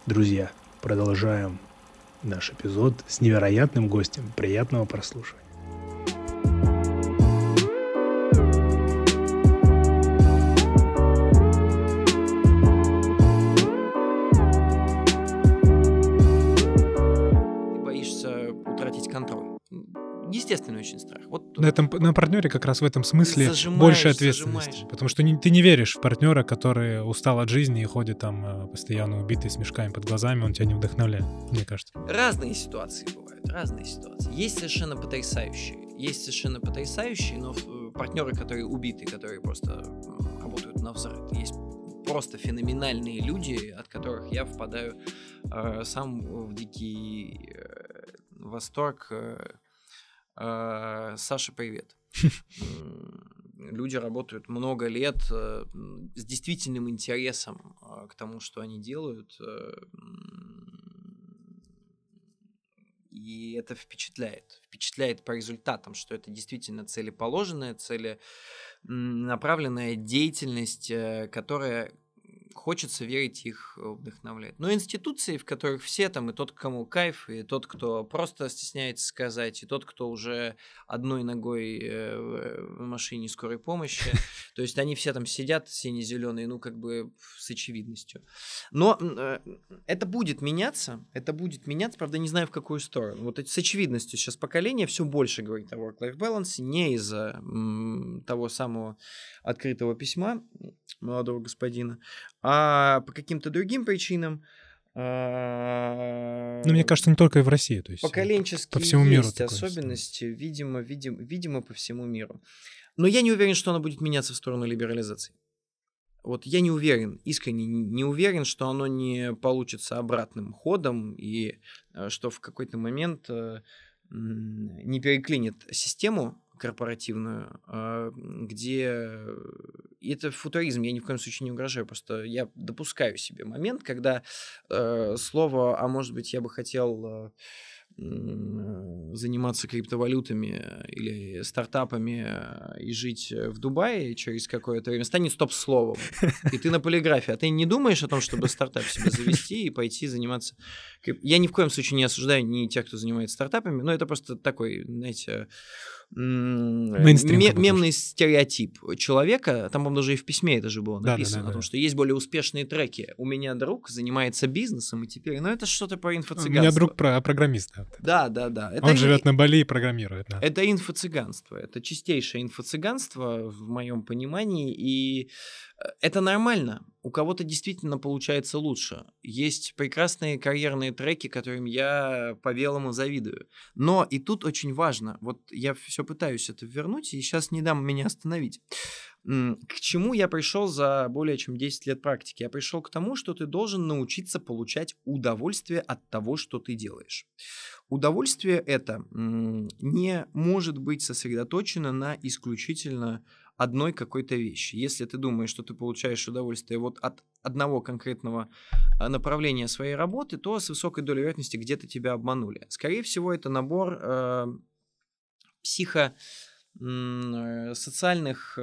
Друзья, продолжаем наш эпизод с невероятным гостем. Приятного прослушивания. Ты боишься утратить контроль. Естественный очень страх. Вот На партнере как раз в этом смысле зажимаешь, больше ответственности. зажимаешь. Потому что ты не веришь в партнера, который устал от жизни и ходит там постоянно убитый с мешками под глазами, он тебя не вдохновляет, мне кажется. Разные ситуации бывают, разные ситуации. Есть совершенно потрясающие, но партнеры, которые убиты, которые просто работают на взрыв. Есть просто феноменальные люди, от которых я впадаю сам в дикий восторг. Саша, привет. Люди работают много лет с действительным интересом к тому, что они делают. И это впечатляет. Впечатляет по результатам, что это действительно целеположенная, целенаправленная деятельность, которая, хочется верить, их вдохновляет. Но институции, в которых все там, и тот, кому кайф, и тот, кто просто стесняется сказать, и тот, кто уже одной ногой в машине скорой помощи, то есть они все там сидят сине-зеленые, с очевидностью. Но это будет меняться, правда, не знаю, в какую сторону. Вот с очевидностью сейчас поколение все больше говорит о work-life balance, не из-за того самого открытого письма молодого господина, а по каким-то другим причинам. Мне кажется, не только и в России. То есть поколенческие по всему миру есть такое особенности, видимо, по всему миру. Но я не уверен, что оно будет меняться в сторону либерализации. Вот я не уверен, искренне не уверен, что оно не получится обратным ходом и что в какой-то момент не переклинит систему корпоративную, где... И это футуризм, я ни в коем случае не угрожаю, просто я допускаю себе момент, когда слово «а может быть, я бы хотел заниматься криптовалютами или стартапами и жить в Дубае через какое-то время станет стоп-словом. И ты на полиграфе, а ты не думаешь о том, чтобы стартап себе завести и пойти заниматься... Я ни в коем случае не осуждаю ни тех, кто занимается стартапами, но это просто такой, знаете... мемный стереотип человека, там, по-моему, даже и в письме это же было написано, о том, что есть более успешные треки. У меня друг занимается бизнесом, и теперь, это что-то про инфо-цыганство. У меня друг программист. Да. Он живет на Бали и программирует. Да. Это инфо-цыганство, это чистейшее инфо-цыганство в моем понимании, и это нормально. У кого-то действительно получается лучше. Есть прекрасные карьерные треки, которым я по-белому завидую. Но и тут очень важно, вот я все пытаюсь это вернуть, и сейчас не дам меня остановить. К чему я пришел за более чем 10 лет практики? Я пришел к тому, что ты должен научиться получать удовольствие от того, что ты делаешь. Удовольствие это не может быть сосредоточено на исключительно одной какой-то вещи. Если ты думаешь, что ты получаешь удовольствие вот от одного конкретного направления своей работы, то с высокой долей вероятности где-то тебя обманули. Скорее всего, это набор социальных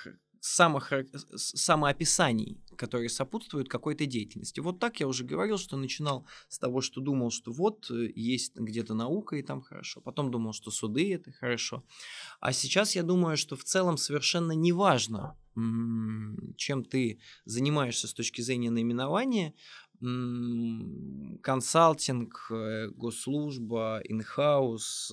самоописаний, которые сопутствуют какой-то деятельности. Вот так я уже говорил, что начинал с того, что думал, что вот есть где-то наука и там хорошо. Потом думал, что суды это хорошо. А сейчас я думаю, что в целом совершенно неважно, чем ты занимаешься с точки зрения наименования, консалтинг, госслужба, инхаус,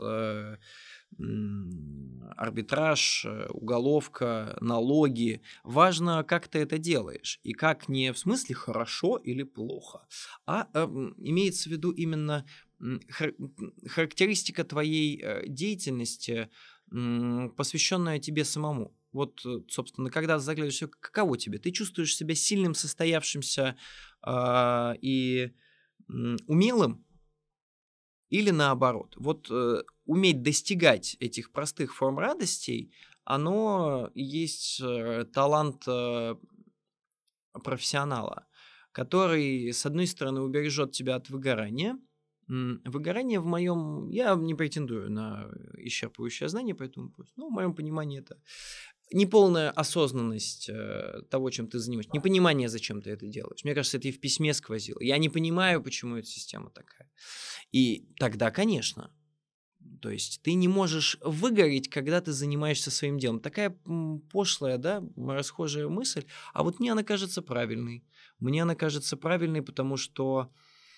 арбитраж, уголовка, налоги. Важно, как ты это делаешь. И как не в смысле хорошо или плохо, а имеется в виду именно характеристика твоей деятельности, посвященная тебе самому. Вот, собственно, когда заглядываешь, каково тебе? Ты чувствуешь себя сильным, состоявшимся и умелым? Или наоборот? Вот уметь достигать этих простых форм радостей, оно есть талант профессионала, который, с одной стороны, убережет тебя от выгорания. Выгорание в моем... Я не претендую на исчерпывающее знание по этому вопросу, но в моем понимании неполная осознанность того, чем ты занимаешься, непонимание, зачем ты это делаешь. Мне кажется, это и в письме сквозило. Я не понимаю, почему эта система такая. И тогда, конечно, то есть ты не можешь выгореть, когда ты занимаешься своим делом. Такая пошлая, да, расхожая мысль, а вот мне она кажется правильной. Мне она кажется правильной, потому что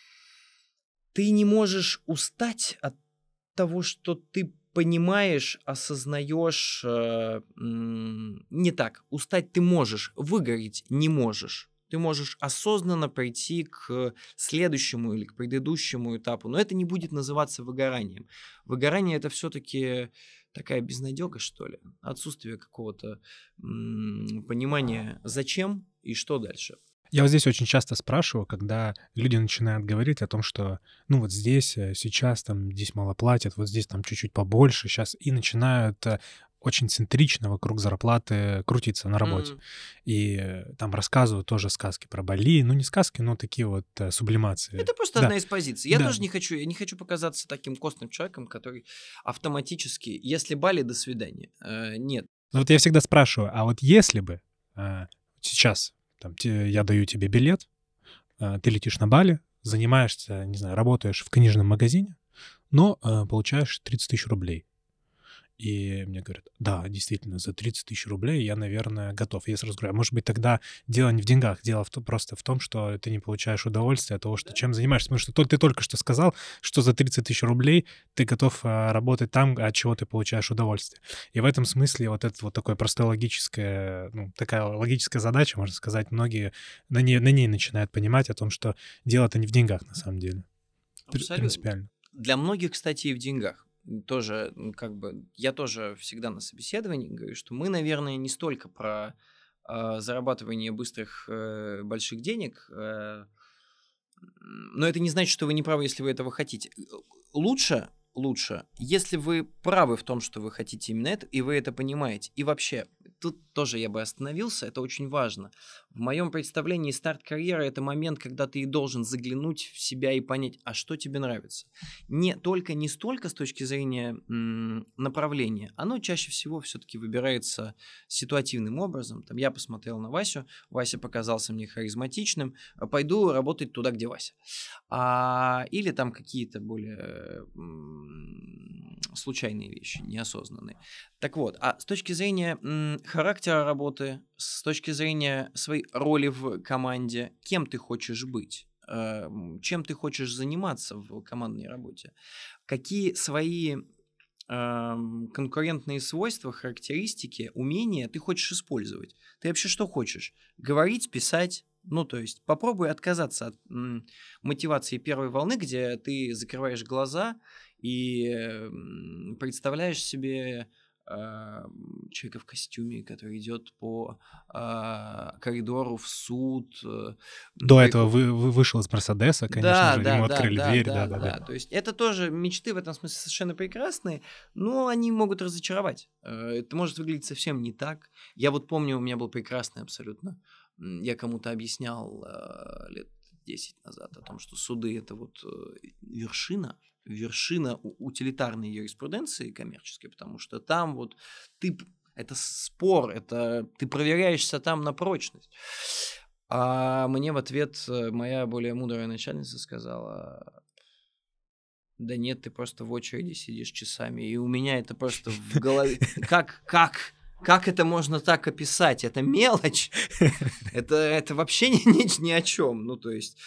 ты не можешь устать от того, что ты понимаешь, осознаешь, не так. Устать ты можешь, выгореть не можешь. Ты можешь осознанно прийти к следующему или к предыдущему этапу, но это не будет называться выгоранием. Выгорание это все-таки такая безнадега, что ли, отсутствие какого-то понимания, зачем и что дальше. Я вот здесь очень часто спрашиваю, когда люди начинают говорить о том, что, ну, вот здесь, сейчас, там, здесь мало платят, вот здесь, там, чуть-чуть побольше сейчас, и начинают очень центрично вокруг зарплаты крутиться на работе. М. И там рассказывают тоже сказки про Бали, ну, не сказки, но такие вот сублимации. Это просто Да, одна из позиций. Я да. тоже я не хочу показаться таким костным человеком, который автоматически, если Бали, до свидания. Нет. Но вот я всегда спрашиваю, а вот если бы сейчас там, я даю тебе билет, ты летишь на Бали, занимаешься, не знаю, работаешь в книжном магазине, но получаешь 30 тысяч рублей. И мне говорят, да, действительно, за 30 тысяч рублей я, наверное, готов. Я сразу говорю, а может быть, тогда дело не в деньгах, дело просто в том, что ты не получаешь удовольствия от того, что чем занимаешься. Потому что ты только что сказал, что за 30 тысяч рублей ты готов работать там, от чего ты получаешь удовольствие. И в этом смысле вот это вот такое простое логическое, ну, такая логическая задача, можно сказать, многие на ней начинают понимать о том, что дело-то не в деньгах на самом деле. Абсолютно. Принципиально. Для многих, кстати, и в деньгах. Тоже, как бы, я тоже всегда на собеседовании говорю, что мы, наверное, не столько про зарабатывание быстрых больших денег, но это не значит, что вы не правы, если вы этого хотите. Лучше, если вы правы в том, что вы хотите именно это, и вы это понимаете. И вообще, тут тоже я бы остановился, это очень важно. В моем представлении старт карьеры – это момент, когда ты должен заглянуть в себя и понять, а что тебе нравится. Не столько с точки зрения направления, оно чаще всего все-таки выбирается ситуативным образом. Там, я посмотрел на Васю, Вася показался мне харизматичным, пойду работать туда, где Вася. Или там какие-то более случайные вещи, неосознанные. Так вот, а с точки зрения характера работы, с точки зрения своей роли в команде, кем ты хочешь быть, чем ты хочешь заниматься в командной работе, какие свои конкурентные свойства, характеристики, умения ты хочешь использовать. Ты вообще что хочешь? Говорить, писать? Ну, то есть попробуй отказаться от мотивации первой волны, где ты закрываешь глаза и представляешь себе человека в костюме, который идет по коридору в суд. До этого вышел из Мерседеса, конечно же, ему открыли дверь. Да. То есть это тоже мечты в этом смысле совершенно прекрасные, но они могут разочаровать. Это может выглядеть совсем не так. Я вот помню, у меня был прекрасный абсолютно. Я кому-то объяснял лет 10 назад о том, что суды это вот вершина утилитарной юриспруденции коммерческой, потому что там вот это спор, это ты проверяешься там на прочность. А мне в ответ моя более мудрая начальница сказала: да нет, ты просто в очереди сидишь часами, и у меня это просто в голове. Как это можно так описать? Это мелочь. Это вообще ни о чем. Ну, то есть,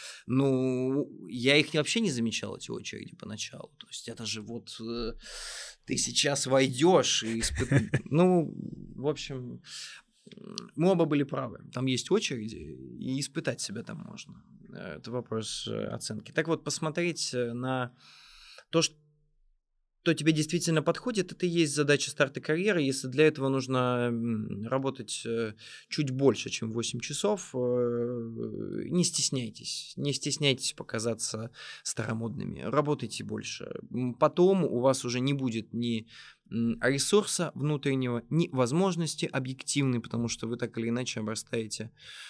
я их вообще не замечал, эти очереди, поначалу. То есть, это же вот ты сейчас войдешь и Ну, в общем, мы оба были правы. Там есть очереди, и испытать себя там можно. Это вопрос оценки. Так вот, посмотреть на то, что тебе действительно подходит, это и есть задача старта карьеры. Если для этого нужно работать чуть больше, чем 8 часов, не стесняйтесь показаться старомодными, работайте больше. Потом у вас уже не будет ни ресурса внутреннего, ни возможности объективной, потому что вы так или иначе обрастаете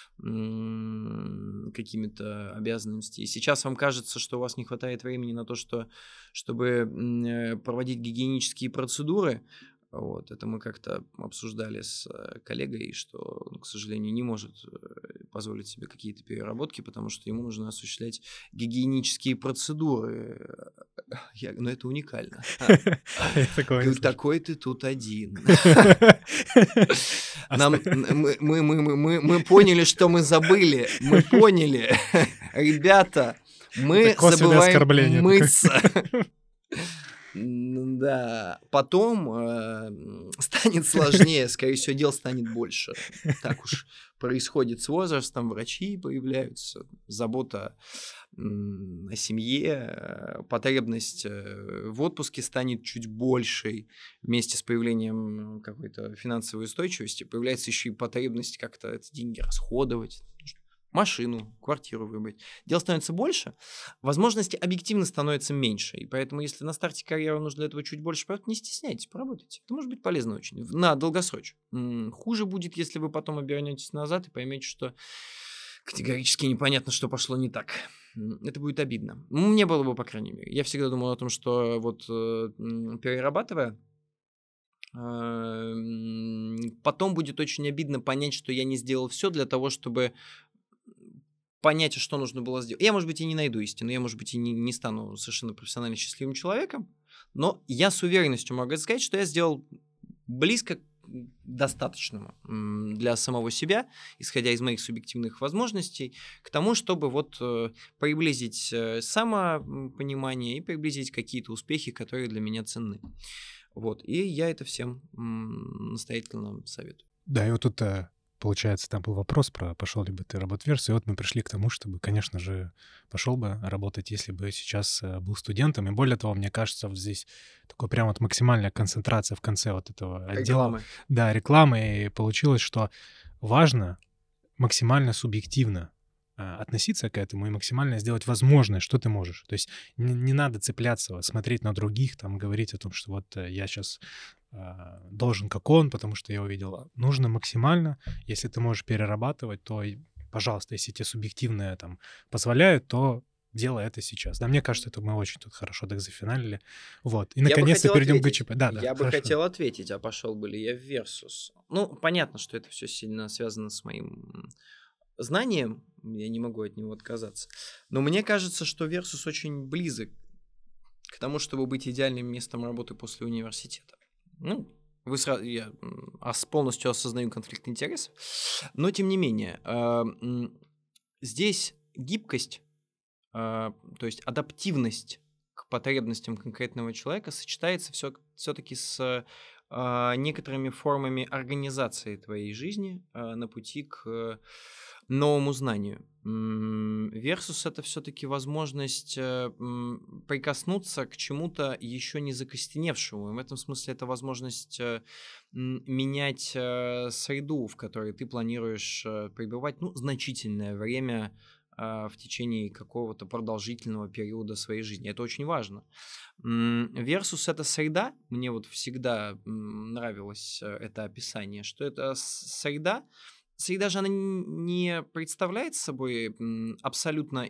какими-то обязанностями. И сейчас вам кажется, что у вас не хватает времени на то, чтобы проводить гигиенические процедуры. Вот, это мы как-то обсуждали с коллегой, что он, к сожалению, не может позволить себе какие-то переработки, потому что ему нужно осуществлять гигиенические процедуры. Ну, это уникально. Я такого не Говорю, слышал. такой ты тут один. Оставь. Мы поняли, что мы забыли. Мы поняли. Ребята, мы Это косвенное забываем оскорбление такое. мыться. Да, потом станет сложнее, скорее всего, дел станет больше. Так уж происходит с возрастом, врачи появляются, забота о семье, потребность в отпуске станет чуть большей. Вместе с появлением какой-то финансовой устойчивости появляется еще и потребность как-то эти деньги расходовать, машину, квартиру выбрать. Дел становится больше, возможности объективно становятся меньше. И поэтому, если на старте карьеры нужно для этого чуть больше, не стесняйтесь, поработайте. Это может быть полезно очень, на долгосрочно. Хуже будет, если вы потом обернетесь назад и поймете, что категорически непонятно, что пошло не так. Это будет обидно. Мне было бы, по крайней мере. Я всегда думал о том, что вот перерабатывая, потом будет очень обидно понять, что я не сделал все для того, чтобы понять, что нужно было сделать. Я, может быть, и не найду истину, я, может быть, и не стану совершенно профессионально счастливым человеком, но я с уверенностью могу сказать, что я сделал близко к достаточному для самого себя, исходя из моих субъективных возможностей, к тому, чтобы вот приблизить самопонимание и приблизить какие-то успехи, которые для меня ценны. Вот. И я это всем настоятельно советую. Да, и вот тут, получается, там был вопрос про пошел ли бы ты работать в Версус, и вот мы пришли к тому, чтобы, конечно же, пошел бы работать, если бы сейчас был студентом. И более того, мне кажется, вот здесь такой прям вот максимальная концентрация в конце вот этого отдела. Рекламы. Да, рекламы. И получилось, что важно максимально субъективно относиться к этому и максимально сделать возможное, что ты можешь. То есть не надо цепляться, смотреть на других, там, говорить о том, что вот я сейчас должен как он, потому что я увидел. Нужно максимально, если ты можешь перерабатывать, то, пожалуйста, если тебе субъективное там позволяет, то делай это сейчас. Да, мне кажется, это мы очень тут хорошо так зафиналили. Вот. И наконец-то перейдем к ГЧП. Да, я бы хорошо. хотел ответить, а пошел бы ли я в Версус? Ну, понятно, что это все сильно связано с моим знанием, я не могу от него отказаться. Но мне кажется, что Версус очень близок к тому, чтобы быть идеальным местом работы после университета. Ну, я полностью осознаю конфликт интересов, но тем не менее, здесь гибкость, то есть адаптивность к потребностям конкретного человека сочетается все-таки с некоторыми формами организации твоей жизни на пути к новому знанию. Версус — это все-таки возможность прикоснуться к чему-то еще не закостеневшему. И в этом смысле это возможность менять среду, в которой ты планируешь пребывать значительное время в течение какого-то продолжительного периода своей жизни. Это очень важно. Версус — это среда. Мне вот всегда нравилось это описание, что это среда. Среда же она не представляет собой абсолютно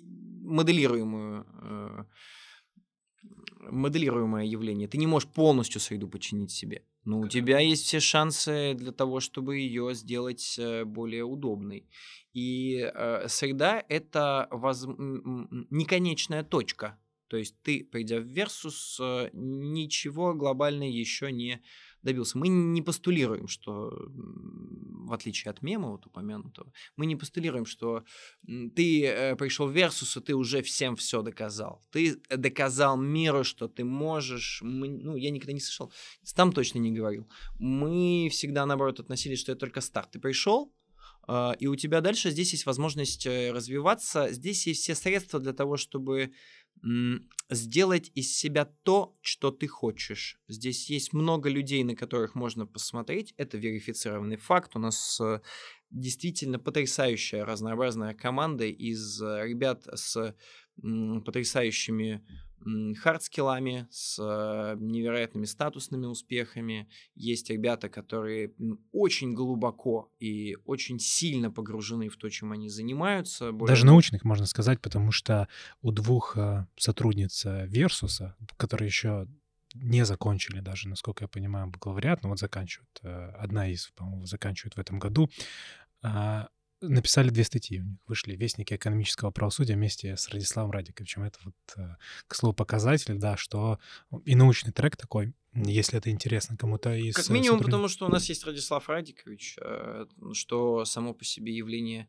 моделируемое явление. Ты не можешь полностью среду подчинить себе. Но у тебя есть все шансы для того, чтобы ее сделать более удобной. И среда — это не конечная точка. То есть ты, придя в Версус, ничего глобально еще не добился. Мы не постулируем, что, в отличие от мема вот упомянутого, мы не постулируем, что ты пришел в Версус, и ты уже всем все доказал. Ты доказал миру, что ты можешь. Я никогда не слышал, там точно не говорил. Мы всегда, наоборот, относились, что это только старт. Ты пришел, и у тебя дальше здесь есть возможность развиваться. Здесь есть все средства для того, чтобы сделать из себя то, что ты хочешь. Здесь есть много людей, на которых можно посмотреть. Это верифицированный факт. У нас действительно потрясающая разнообразная команда из ребят с потрясающими хардскиллами, с невероятными статусными успехами. Есть ребята, которые очень глубоко и очень сильно погружены в то, чем они занимаются. Даже научных, можно сказать, потому что у двух сотрудниц Версуса, которые еще не закончили даже, насколько я понимаю, бакалавриат, но вот заканчивают. Одна из, по-моему, заканчивает в этом году. А, Написали 2 статьи у них. Вышли «Вестники экономического правосудия» вместе с Радиславом Радиковичем. Это вот, к слову, показатель, да, что и научный трек такой, если это интересно кому-то из Как минимум, сотрудников. потому что у нас есть Радислав Радикович, что само по себе явление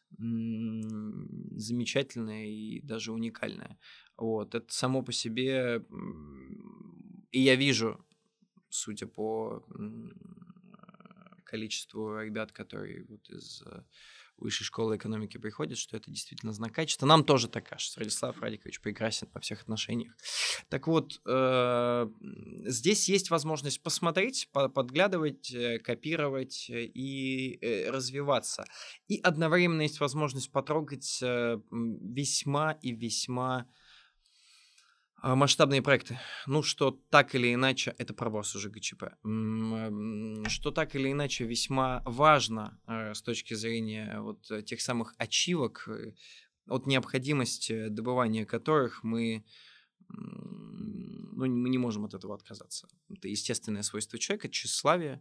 замечательное и даже уникальное. Вот. Это само по себе... И я вижу, судя по количеству ребят, которые вот из высшей школы экономики приходят, что это действительно знак качества. Нам тоже так кажется. Радислав Радикович прекрасен во всех отношениях. Так вот, здесь есть возможность посмотреть, подглядывать, копировать и развиваться. И одновременно есть возможность потрогать весьма и весьма масштабные проекты. Ну, что так или иначе, это про вас уже ГЧП, что так или иначе весьма важно с точки зрения вот тех самых ачивок, от необходимости добывания которых мы не можем от этого отказаться. Это естественное свойство человека, тщеславие.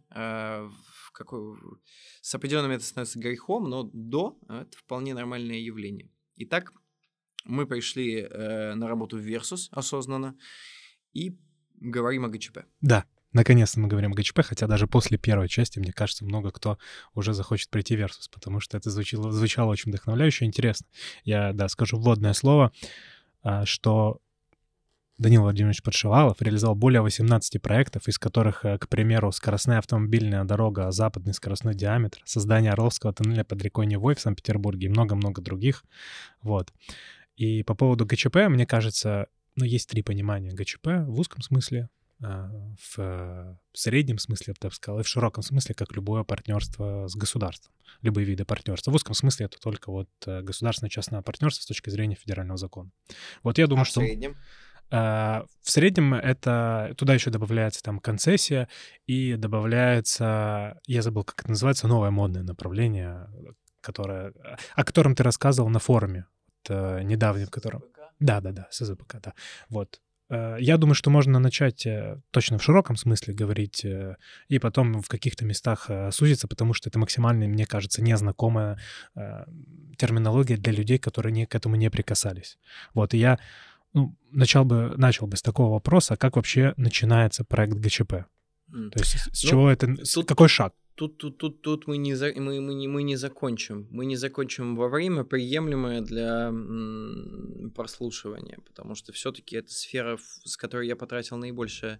С определенными это становится грехом, но это вполне нормальное явление. Итак, мы пришли на работу в Versus осознанно и говорим о ГЧП. Да, наконец-то мы говорим о ГЧП, хотя даже после первой части, мне кажется, много кто уже захочет прийти в Versus, потому что это звучало очень вдохновляюще и интересно. Я, скажу вводное слово, что Данил Владимирович Подшивалов реализовал более 18 проектов, из которых, к примеру, скоростная автомобильная дорога «Западный скоростной диаметр», создание Орловского тоннеля под рекой Невой в Санкт-Петербурге и много-много других. Вот. И по поводу ГЧП, мне кажется, есть 3 понимания ГЧП в узком смысле, в среднем смысле, я бы так сказал, и в широком смысле, как любое партнерство с государством, любые виды партнерства. В узком смысле это только вот государственно-частное партнерство с точки зрения федерального закона. Вот я думаю, в среднем? В среднем это туда еще добавляется там концессия и добавляется, я забыл, как это называется, новое модное направление, о котором ты рассказывал на форуме недавнем, в котором... Да, СЗПК, да. Вот. Я думаю, что можно начать точно в широком смысле говорить и потом в каких-то местах сузиться, потому что это максимально, мне кажется, незнакомая терминология для людей, которые к этому не прикасались. Вот, и я начал бы с такого вопроса, как вообще начинается проект ГЧП? То есть с чего это, какой шаг? Тут мы не закончим. Мы не закончим во время, приемлемое для прослушивания, потому что все-таки это сфера, с которой я потратил наибольшее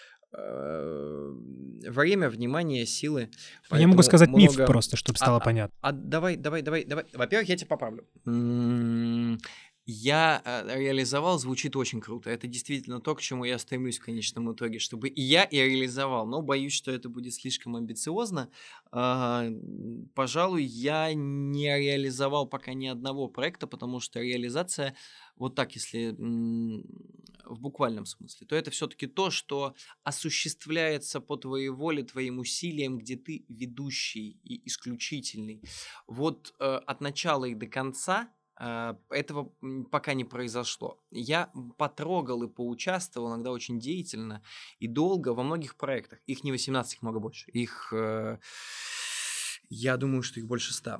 время, внимание, силы. Я могу сказать миф просто, чтобы стало понятно. Давай. Во-первых, я тебя поправлю. Я реализовал, звучит очень круто. Это действительно то, к чему я стремлюсь в конечном итоге, чтобы и я реализовал. Но боюсь, что это будет слишком амбициозно. Пожалуй, я не реализовал пока ни одного проекта, потому что реализация, вот так, если в буквальном смысле, то это все-таки то, что осуществляется по твоей воле, твоим усилиям, где ты ведущий и исключительный. Вот от начала и до конца этого пока не произошло. Я потрогал и поучаствовал иногда очень деятельно и долго во многих проектах. Их не 18, их много больше. Я думаю, что их больше 100.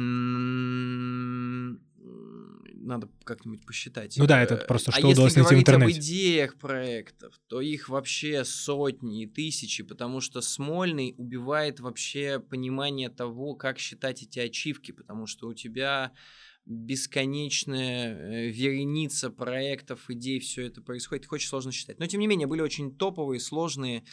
Надо как-нибудь посчитать. Это просто что удалось найти в интернете. А если говорить об идеях проектов, то их вообще сотни и тысячи, потому что Смольный убивает вообще понимание того, как считать эти ачивки, потому что у тебя бесконечная вереница проектов, идей, все это происходит, их очень сложно считать. Но, тем не менее, были очень топовые, сложные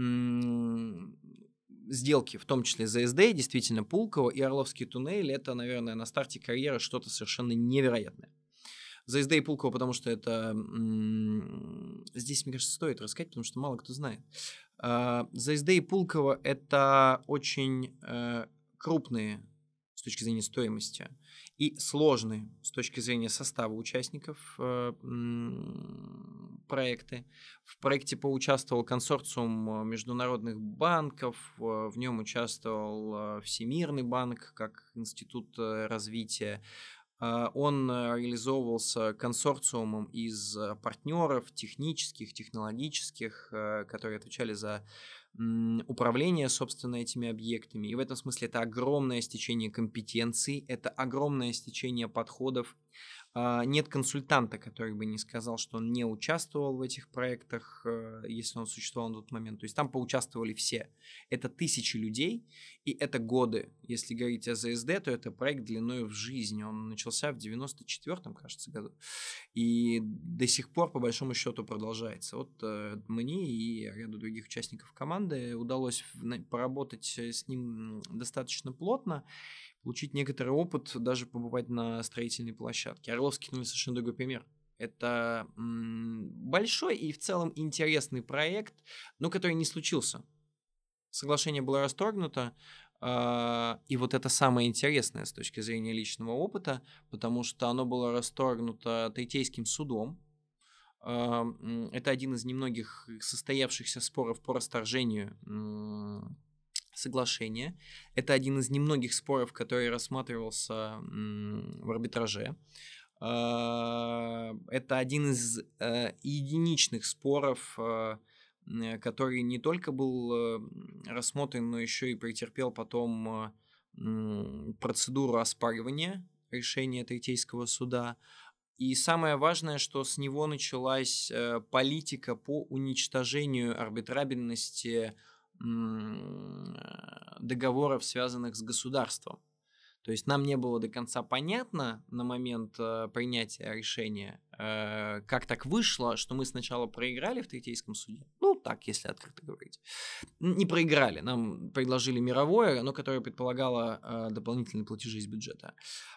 сделки, в том числе ЗСД, действительно, Пулково и Орловский туннель. Это, наверное, на старте карьеры что-то совершенно невероятное. ЗСД и Пулково, потому что это... Здесь, мне кажется, стоит рассказать, потому что мало кто знает. ЗСД и Пулково — это очень крупные с точки зрения стоимости и сложные с точки зрения состава участников проекты. В проекте поучаствовал консорциум международных банков, в нем участвовал Всемирный банк как институт развития, Он реализовывался консорциумом из партнеров технических, технологических, которые отвечали за управление, собственно, этими объектами. И в этом смысле это огромное стечение компетенций, это огромное стечение подходов. Нет консультанта, который бы не сказал, что он не участвовал в этих проектах, если он существовал на тот момент. То есть там поучаствовали все. Это тысячи людей, и это годы. Если говорить о ЗСД, то это проект длиной в жизнь. Он начался в 94-м, кажется, году. И до сих пор, по большому счету, продолжается. Вот мне и ряду других участников команды удалось поработать с ним достаточно плотно, получить некоторый опыт, даже побывать на строительной площадке. Орловский туннель совершенно другой пример. Это большой и в целом интересный проект, но который не случился. Соглашение было расторгнуто, и вот это самое интересное с точки зрения личного опыта, потому что оно было расторгнуто Третейским судом. Это один из немногих состоявшихся споров по расторжению соглашения. Это один из немногих споров, который рассматривался в арбитраже. Это один из единичных споров, который не только был рассмотрен, но еще и претерпел потом процедуру оспаривания решения Третейского суда. И самое важное, что с него началась политика по уничтожению арбитрабельности договоров, связанных с государством. То есть нам не было до конца понятно на момент принятия решения, как так вышло, что мы сначала проиграли в Третейском суде. Ну, так, если открыто говорить. Не проиграли. Нам предложили мировое, но которое предполагало дополнительные платежи из бюджета.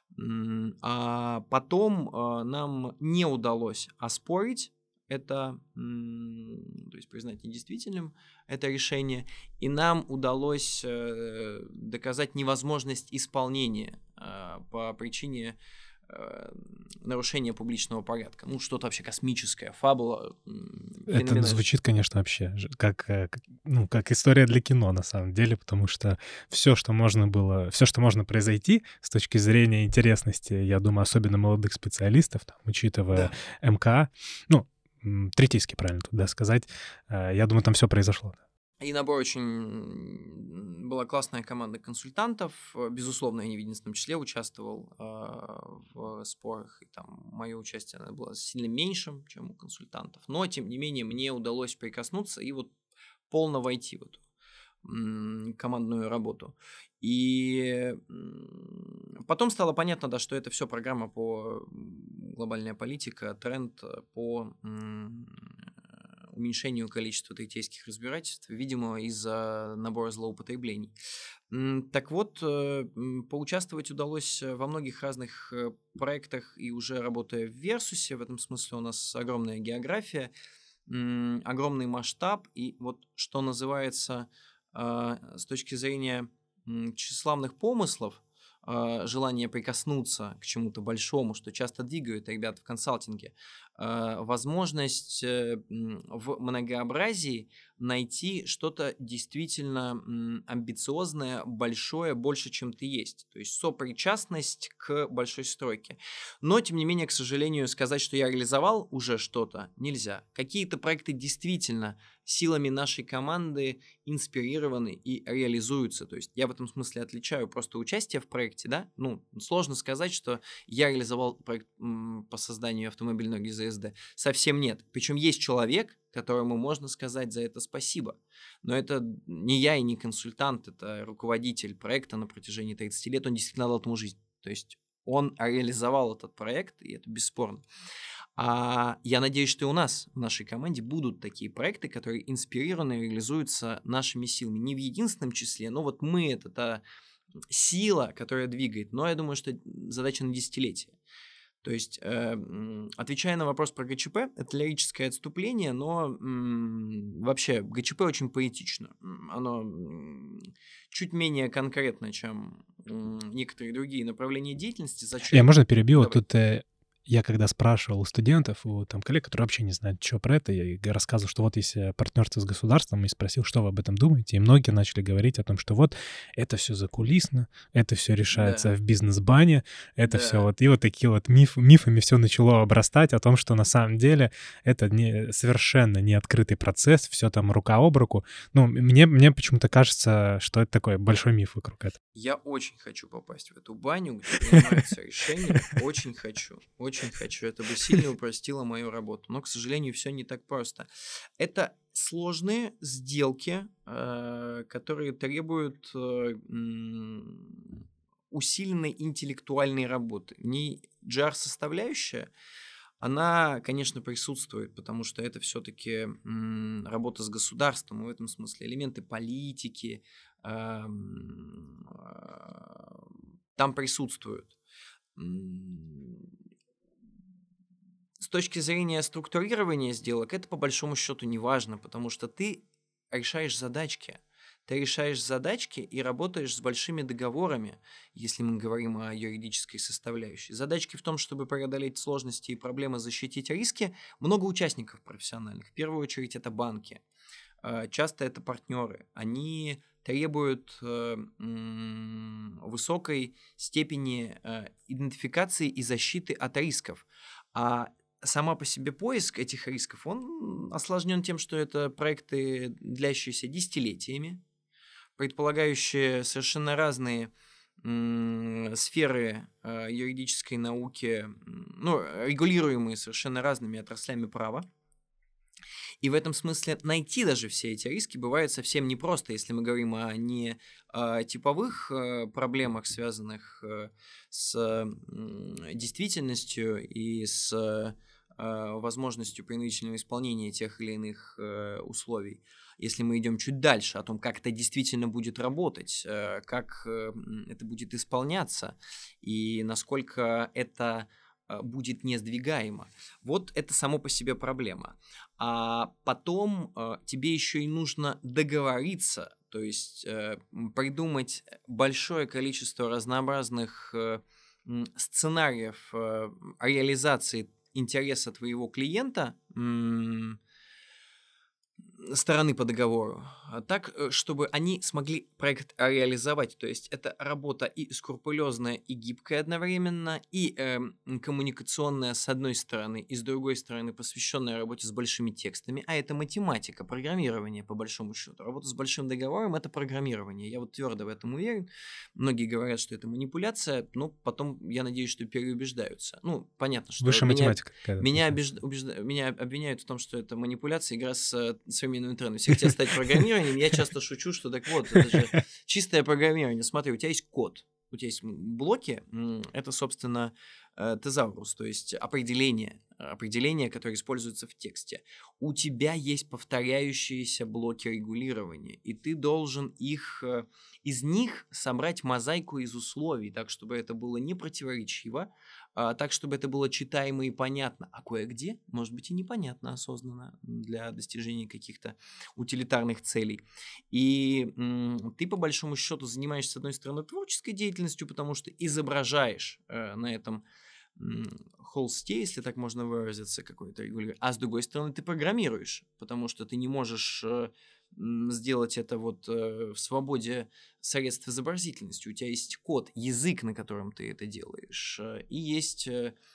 А потом нам не удалось оспорить это, то есть признать недействительным это решение, и нам удалось доказать невозможность исполнения по причине нарушения публичного порядка. Ну, что-то вообще космическое, фабула. Это звучит, конечно, вообще как история для кино, на самом деле, потому что все, что можно произойти с точки зрения интересности, я думаю, особенно молодых специалистов, там, учитывая МКА, Третейский, правильно туда сказать. Я думаю, там все произошло. И набор очень... Была классная команда консультантов. Безусловно, я не в единственном числе участвовал в спорах. И там мое участие было сильно меньшим, чем у консультантов. Но, тем не менее, мне удалось прикоснуться и вот полно войти в эту командную работу. И потом стало понятно, да, что это все программа по глобальная политика, тренд по уменьшению количества третейских разбирательств, видимо, из-за набора злоупотреблений. Так вот, поучаствовать удалось во многих разных проектах, и уже работая в Версусе, в этом смысле у нас огромная география, огромный масштаб, и вот что называется с точки зрения тщеславных помыслов, желание прикоснуться к чему-то большому, что часто двигают ребят в консалтинге, возможность в многообразии найти что-то действительно амбициозное, большое, больше, чем ты есть. То есть сопричастность к большой стройке. Но, тем не менее, к сожалению, сказать, что я реализовал уже что-то, нельзя. Какие-то проекты действительно силами нашей команды инспирированы и реализуются. То есть я в этом смысле отличаю просто участие в проекте, да? Сложно сказать, что я реализовал проект по созданию автомобильного ГЗСД. Совсем нет. Причем есть человек, которому можно сказать за это спасибо. Но это не я и не консультант, это руководитель проекта на протяжении 30 лет. Он действительно дал этому жизнь. То есть он реализовал этот проект, и это бесспорно. Я надеюсь, что и у нас, в нашей команде, будут такие проекты, которые инспирированы и реализуются нашими силами. Не в единственном числе, но вот мы — это та сила, которая двигает. Но я думаю, что задача на десятилетие. То есть, отвечая на вопрос про ГЧП, это лирическое отступление, но вообще ГЧП очень поэтично. Оно чуть менее конкретно, чем некоторые другие направления деятельности. Я, можно перебью? Вот тут я когда спрашивал у студентов, у там коллег, которые вообще не знают, что про это, я и рассказывал, что вот есть партнерство с государством, и спросил, что вы об этом думаете, и многие начали говорить о том, что вот это все закулисно, это все решается Да, в бизнес-бане, это все да. вот, и вот такие вот мифами все начало обрастать о том, что на самом деле это совершенно не открытый процесс, все там рука об руку. Ну, мне почему-то кажется, что это такой большой миф вокруг этого. Я очень хочу попасть в эту баню, где принимаются решения. Очень хочу. Очень хочу. Это бы сильно упростило мою работу. Но, к сожалению, все не так просто. Это сложные сделки, которые требуют усиленной интеллектуальной работы. Не GR-составляющая, она, конечно, присутствует, потому что это все-таки работа с государством, и в этом смысле элементы политики там присутствуют. С точки зрения структурирования сделок, это по большому счету не важно, потому что ты решаешь задачки. Ты решаешь задачки и работаешь с большими договорами, если мы говорим о юридической составляющей. Задачки в том, чтобы преодолеть сложности и проблемы, защитить риски. Много участников профессиональных. В первую очередь это банки. Часто это партнеры. Они требуют высокой степени идентификации и защиты от рисков. А сама по себе поиск этих рисков, он осложнен тем, что это проекты, длящиеся десятилетиями, предполагающие совершенно разные сферы юридической науки, регулируемые совершенно разными отраслями права. И в этом смысле найти даже все эти риски бывает совсем непросто, если мы говорим о не типовых проблемах, связанных с действительностью и с возможностью принудительного исполнения тех или иных условий. Если мы идем чуть дальше, о том, как это действительно будет работать, как это будет исполняться и насколько это будет несдвигаемо. Вот это само по себе проблема. А потом тебе еще и нужно договориться, то есть придумать большое количество разнообразных сценариев реализации интереса твоего клиента, стороны по договору, так, чтобы они смогли проект реализовать. То есть это работа и скрупулезная, и гибкая одновременно, и коммуникационная с одной стороны, и с другой стороны посвященная работе с большими текстами, а это математика, программирование по большому счету. Работа с большим договором — это программирование. Я вот твердо в этом уверен. Многие говорят, что это манипуляция, но потом, я надеюсь, что переубеждаются. Ну, понятно, что Высшая математика какая-то. меня обвиняют в том, что это манипуляция, игра с современными трендами. Все хотят стать программированием. Я часто шучу, что так вот, это же чистое программирование. Смотри, у тебя есть код, у тебя есть блоки, это, собственно, тезаурус, то есть определение, которое используется в тексте. У тебя есть повторяющиеся блоки регулирования, и ты должен из них собрать мозаику из условий, так, чтобы это было не противоречиво, так, чтобы это было читаемо и понятно, а кое-где, может быть, и непонятно осознанно для достижения каких-то утилитарных целей. И ты, по большому счету, занимаешься, с одной стороны, творческой деятельностью, потому что изображаешь на этом холсте, если так можно выразиться, какой-то регулирование, а с другой стороны, ты программируешь, потому что ты не можешь сделать это вот в свободе средств изобразительности. У тебя есть код, язык, на котором ты это делаешь, и есть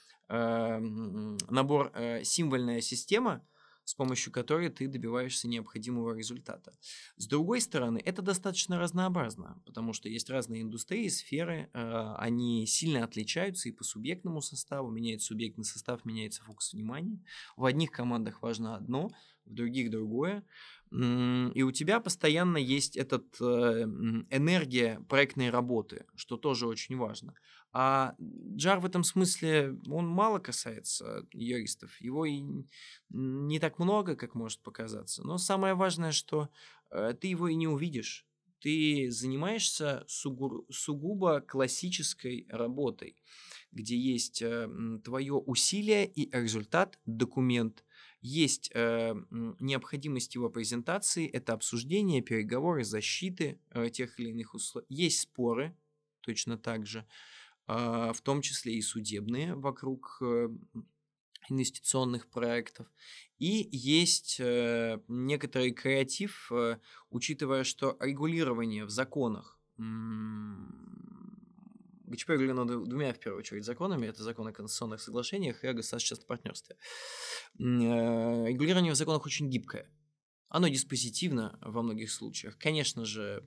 набор, символьная система, с помощью которой ты добиваешься необходимого результата. С другой стороны, это достаточно разнообразно, потому что есть разные индустрии, сферы, они сильно отличаются и по субъектному составу. Меняется субъектный состав, меняется фокус внимания. В одних командах важно одно, в других другое. И у тебя постоянно есть энергия проектной работы, что тоже очень важно. А Джар в этом смысле, он мало касается юристов. Его и не так много, как может показаться. Но самое важное, что ты его и не увидишь. Ты занимаешься сугубо классической работой, где есть твое усилие и результат, документ. Есть необходимость его презентации, это обсуждение, переговоры, защиты тех или иных условий. Есть споры, точно так же. в том числе и судебные вокруг инвестиционных проектов. И есть некоторый креатив, учитывая, что регулирование в законах ГЧП регулировано двумя, в первую очередь, законами. Это закон о конституционных соглашениях и о государственном партнерстве. Регулирование в законах очень гибкое. Оно диспозитивно во многих случаях. Конечно же,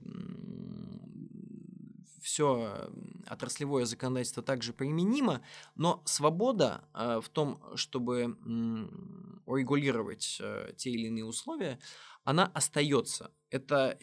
все отраслевое законодательство также применимо, но свобода в том, чтобы урегулировать те или иные условия, она остается. Это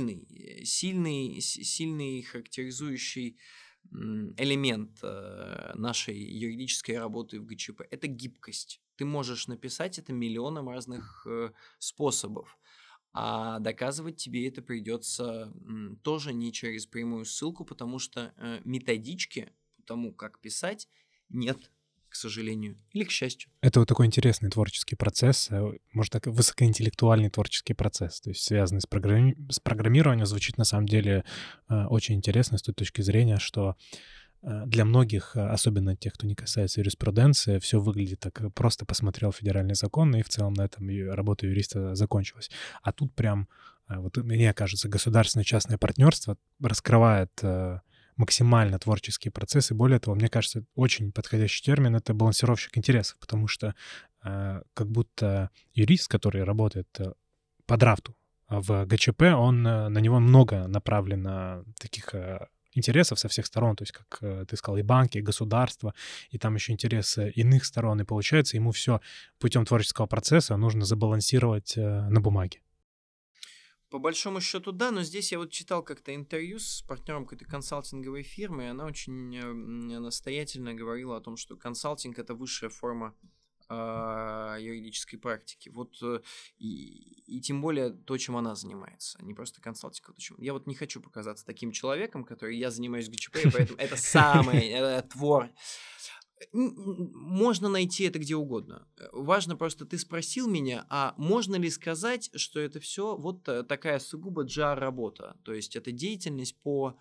сильный характеризующий элемент нашей юридической работы в ГЧП. Это гибкость. Ты можешь написать это миллионом разных способов. А доказывать тебе это придется тоже не через прямую ссылку, потому что методички по тому, как писать, нет, к сожалению, или к счастью. Это вот такой интересный творческий процесс, может, так высокоинтеллектуальный творческий процесс, то есть связанный с программированием, звучит на самом деле очень интересно с той точки зрения, что для многих, особенно тех, кто не касается юриспруденции, все выглядит так: просто посмотрел федеральный закон, и в целом на этом работа юриста закончилась. А тут прям, вот мне кажется, государственно-частное партнерство раскрывает максимально творческий процесс, и более того, мне кажется, очень подходящий термин — это балансировщик интересов, потому что как будто юрист, который работает по драфту в ГЧП, он, на него много направлено таких интересов со всех сторон, то есть, как ты сказал, и банки, и государство, и там еще интересы иных сторон, и получается, ему все путем творческого процесса нужно забалансировать на бумаге. По большому счету, да, но здесь я вот читал как-то интервью с партнером какой-то консалтинговой фирмы, и она очень настоятельно говорила о том, что консалтинг — это высшая форма юридической практики. Вот и тем более то, чем она занимается, не просто консалтинг. А то, чем... Я вот не хочу показаться таким человеком, который я занимаюсь ГЧП, и поэтому это самый твор. Можно найти это где угодно. Важно просто, ты спросил меня, а можно ли сказать, что это все вот такая сугубо джар-работа? То есть это деятельность по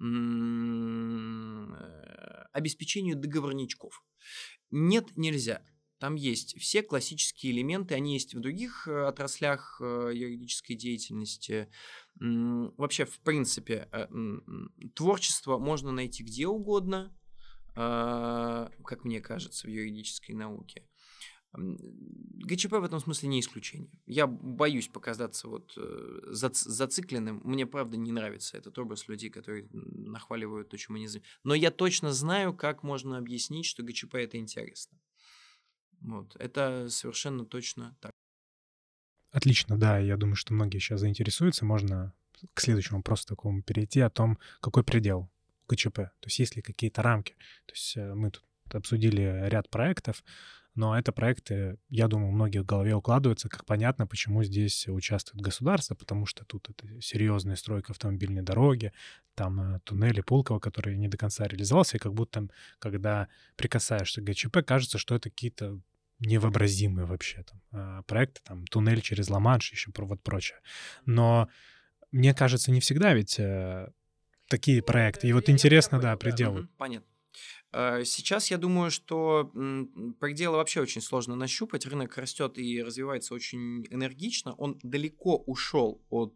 обеспечению договорничков. Нет, нельзя. Там есть все классические элементы, они есть в других отраслях юридической деятельности. Вообще, в принципе, творчество можно найти где угодно, как мне кажется, в юридической науке. ГЧП в этом смысле не исключение. Я боюсь показаться вот зацикленным. Мне, правда, не нравится этот образ людей, которые нахваливают то, чем они занимаются. Но я точно знаю, как можно объяснить, что ГЧП — это интересно. Вот. Это совершенно точно так. Отлично, да, я думаю, что многие сейчас заинтересуются. Можно к следующему вопросу такому перейти, о том, какой предел ГЧП. То есть есть ли какие-то рамки. То есть мы тут обсудили ряд проектов, но это проекты, я думаю, у многих в голове укладываются, как понятно, почему здесь участвует государство, потому что тут это серьезная стройка автомобильной дороги, там туннели Пулково, который не до конца реализовался, и как будто, когда прикасаешься к ГЧП, кажется, что это какие-то невообразимые вообще там проекты, там туннель через Ла-Манш, еще вот прочее. Но мне кажется, не всегда ведь такие проекты. И вот интересно, да, пределы. Понятно. Сейчас я думаю, что пределы вообще очень сложно нащупать. Рынок растет и развивается очень энергично. Он далеко ушел от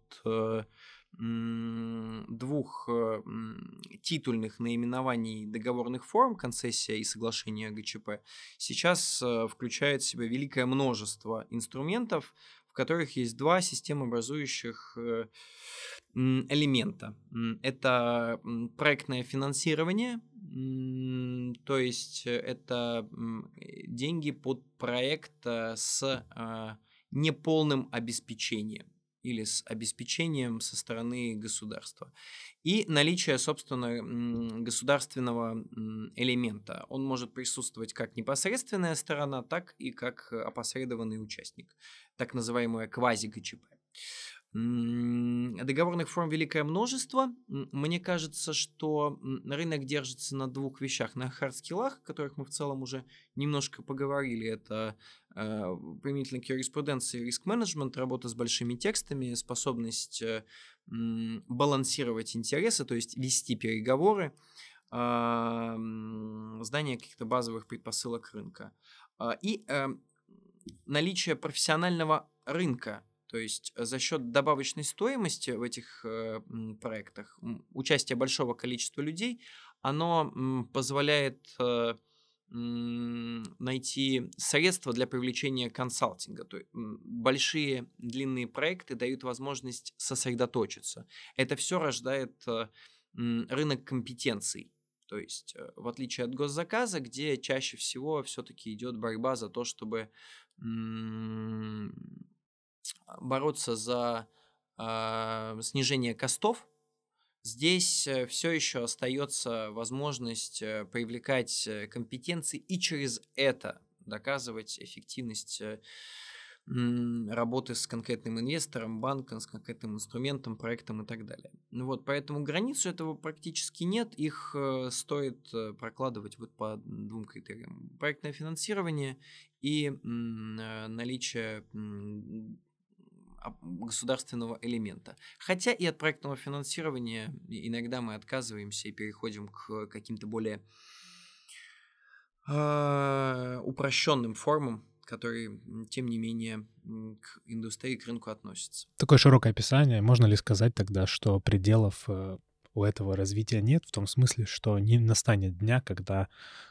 двух титульных наименований договорных форм: концессия и соглашение ГЧП. Сейчас включает в себя великое множество инструментов, в которых есть два системообразующих элемента. Это проектное финансирование, то есть это деньги под проект с неполным обеспечением или с обеспечением со стороны государства. И наличие, собственно, государственного элемента. Он может присутствовать как непосредственная сторона, так и как опосредованный участник, так называемое квази-ГЧП. Договорных форм великое множество. Мне кажется, что рынок держится на двух вещах: на хардскиллах, о которых мы в целом уже немножко поговорили. Это применительно к юриспруденции риск-менеджмент, работа с большими текстами, способность балансировать интересы, то есть вести переговоры. знание каких-то базовых предпосылок рынка и наличие профессионального рынка. То есть за счет добавочной стоимости в этих проектах участие большого количества людей, оно позволяет найти средства для привлечения консалтинга. То есть, большие длинные проекты дают возможность сосредоточиться. Это все рождает рынок компетенций. То есть, в отличие от госзаказа, где чаще всего все-таки идет борьба за то, чтобы бороться за снижение костов, здесь все еще остается возможность привлекать компетенции и через это доказывать эффективность работы с конкретным инвестором, банком, с конкретным инструментом, проектом и так далее. Вот, поэтому границу этого практически нет. Их стоит прокладывать вот по двум критериям. Проектное финансирование и наличие государственного элемента. Хотя и от проектного финансирования иногда мы отказываемся и переходим к каким-то более упрощенным формам, которые, тем не менее, к индустрии, к рынку относятся. Такое широкое описание. Можно ли сказать тогда, что пределов у этого развития нет, в том смысле, что не настанет дня, когда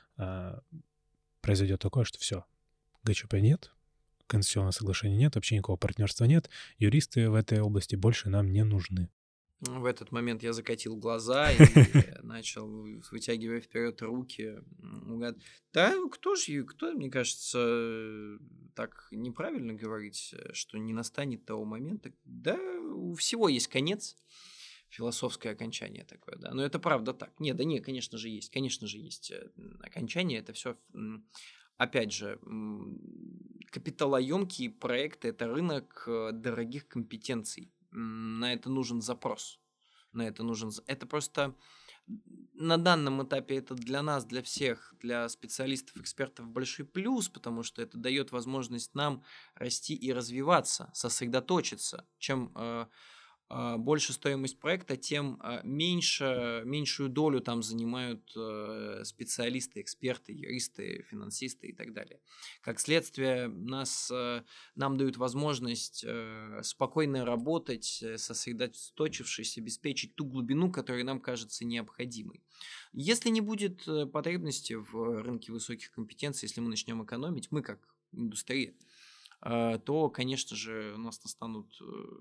произойдет такое, что все, ГЧП нет, конституционного соглашения нет, вообще никакого партнерства нет, юристы в этой области больше нам не нужны. В этот момент я закатил глаза и начал, вытягивая вперед руки, да, кто, мне кажется, так неправильно говорить, что не настанет того момента. Да, у всего есть конец, философское окончание такое, да. Но это правда так. Нет, конечно же, есть. Конечно же, есть окончание. Это все, опять же, капиталоемкие проекты – это рынок дорогих компетенций. На это нужен запрос. Это просто на данном этапе это для нас, для всех, для специалистов, экспертов большой плюс, потому что это дает возможность нам расти и развиваться, сосредоточиться. Чем больше стоимость проекта, тем меньшую долю там занимают специалисты, эксперты, юристы, финансисты и так далее. Как следствие, нам дают возможность спокойно работать, сосредоточившись, обеспечить ту глубину, которая нам кажется необходимой. Если не будет потребности в рынке высоких компетенций, если мы начнем экономить, мы как индустрия, то, конечно же, у нас настанут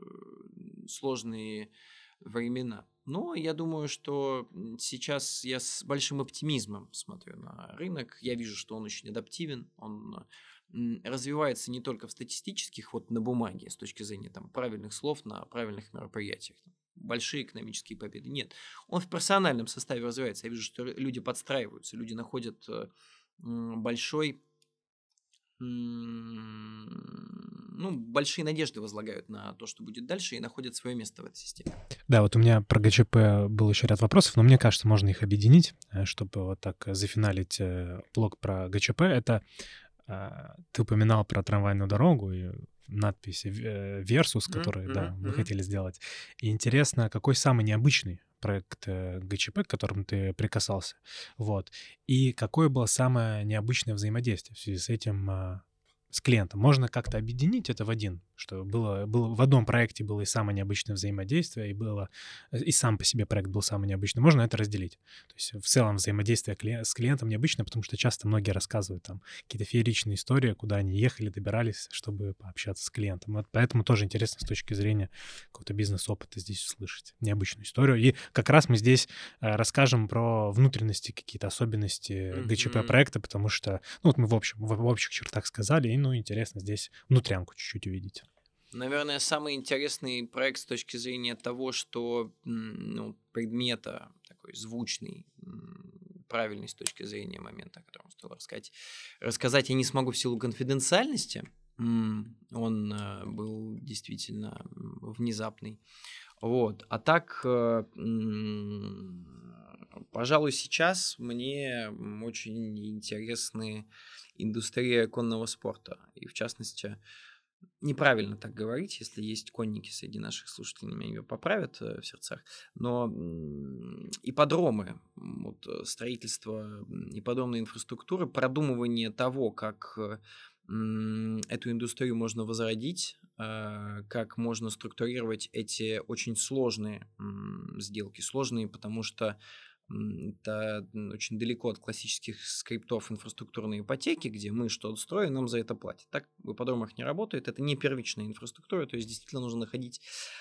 сложные времена. Но я думаю, что сейчас я с большим оптимизмом смотрю на рынок. Я вижу, что он очень адаптивен, он развивается не только в статистических, вот на бумаге, с точки зрения там, правильных слов на правильных мероприятиях. Большие экономические победы. Нет, он в персональном составе развивается. Я вижу, что люди подстраиваются, люди находят большой... большие надежды возлагают на то, что будет дальше, и находят свое место в этой системе. Да, вот у меня про ГЧП был еще ряд вопросов, но мне кажется, можно их объединить, чтобы вот так зафиналить блок про ГЧП. Это ты упоминал про трамвайную дорогу и надпись Versus, который, да, мы хотели сделать. И интересно, какой самый необычный проект ГЧП, к которому ты прикасался, вот, и какое было самое необычное взаимодействие в связи с этим с клиентом. Можно как-то объединить это в один, что было в одном проекте было и самое необычное взаимодействие, и сам по себе проект был самый необычный. Можно это разделить. То есть в целом взаимодействие с клиентом необычное, потому что часто многие рассказывают там какие-то фееричные истории, куда они ехали, добирались, чтобы пообщаться с клиентом. Вот поэтому тоже интересно с точки зрения какого-то бизнес-опыта здесь услышать необычную историю. И как раз мы здесь расскажем про внутренности, какие-то особенности ГЧП проекта, потому что, вот мы в общих чертах сказали, и интересно здесь внутрянку чуть-чуть увидеть. Наверное, самый интересный проект с точки зрения того, что предмета такой звучный, правильный с точки зрения момента, о котором стоило рассказать я не смогу в силу конфиденциальности. Он был действительно внезапный. Вот. А так, пожалуй, сейчас мне очень интересны индустрия конного спорта. И в частности, неправильно так говорить, если есть конники среди наших слушателей, меня поправят в сердцах, но ипподромы, строительство ипподромной инфраструктуры, продумывание того, как эту индустрию можно возродить, как можно структурировать эти очень сложные сделки. Сложные, потому что это очень далеко от классических скриптов инфраструктурной ипотеки, где мы что-то строим, нам за это платят. Так в ипподромах не работает. Это не первичная инфраструктура, то есть действительно нужно находить,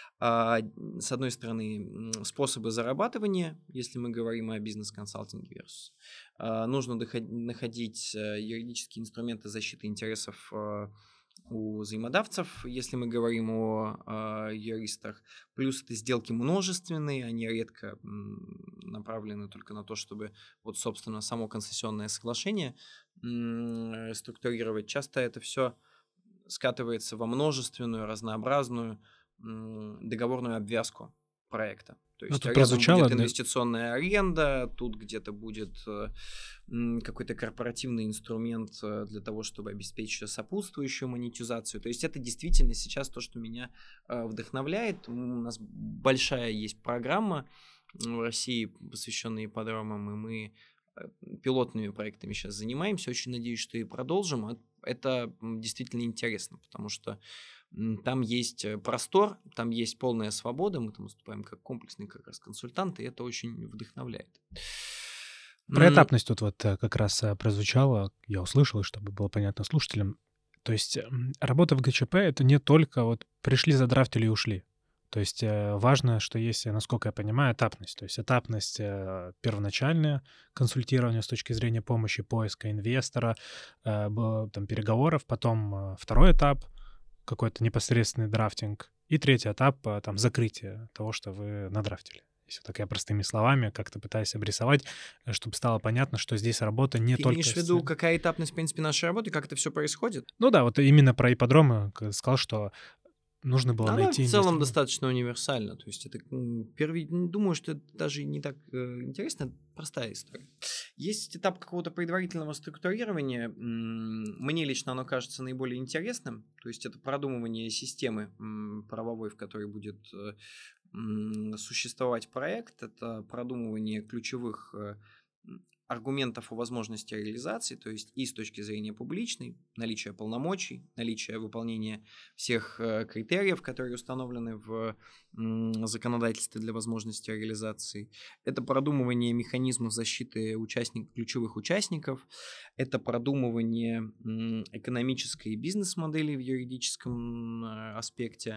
с одной стороны, способы зарабатывания, если мы говорим о бизнес-консалтинге versus. Нужно находить юридические инструменты защиты интересов у взаимодавцев, если мы говорим о юристах. Плюс это сделки множественные, они редко направлены только на то, чтобы собственно, само концессионное соглашение структурировать. Часто это все скатывается во множественную, разнообразную договорную обвязку проекта. То есть тут рядом прозвучало, будет инвестиционная аренда, тут где-то будет какой-то корпоративный инструмент для того, чтобы обеспечить сопутствующую монетизацию. То есть это действительно сейчас то, что меня вдохновляет. У нас большая есть программа в России, посвященная ипподромам, и мы пилотными проектами сейчас занимаемся. Очень надеюсь, что и продолжим. Это действительно интересно, потому что там есть простор, там есть полная свобода, мы там выступаем как комплексный как раз консультант, и это очень вдохновляет. Про этапность тут как раз прозвучало, я услышал, и чтобы было понятно слушателям. То есть работа в ГЧП — это не только пришли, задрафтили и ушли. То есть важно, что есть, насколько я понимаю, этапность. То есть этапность первоначальное консультирование с точки зрения помощи, поиска инвестора, переговоров, потом второй этап — какой-то непосредственный драфтинг, и третий этап — закрытие того, что вы надрафтили. Если так я простыми словами как-то пытаюсь обрисовать, чтобы стало понятно, что здесь работа не Ты только... имеешь в виду, какая этапность, в принципе, нашей работы, как это все происходит? Ну да, именно про ипподромы сказал, что нужно было Она в найти целом инвестора. достаточно универсальна. То есть это думаю, что это даже не так интересно, это простая история. Есть этап какого-то предварительного структурирования. Мне лично оно кажется наиболее интересным. То есть это продумывание системы правовой, в которой будет существовать проект. Это продумывание ключевых аргументов о возможности реализации, то есть и с точки зрения публичной, наличие полномочий, наличие выполнения всех критериев, которые установлены в законодательстве для возможности реализации. Это продумывание механизмов защиты ключевых участников, это продумывание экономической и бизнес-модели в юридическом аспекте,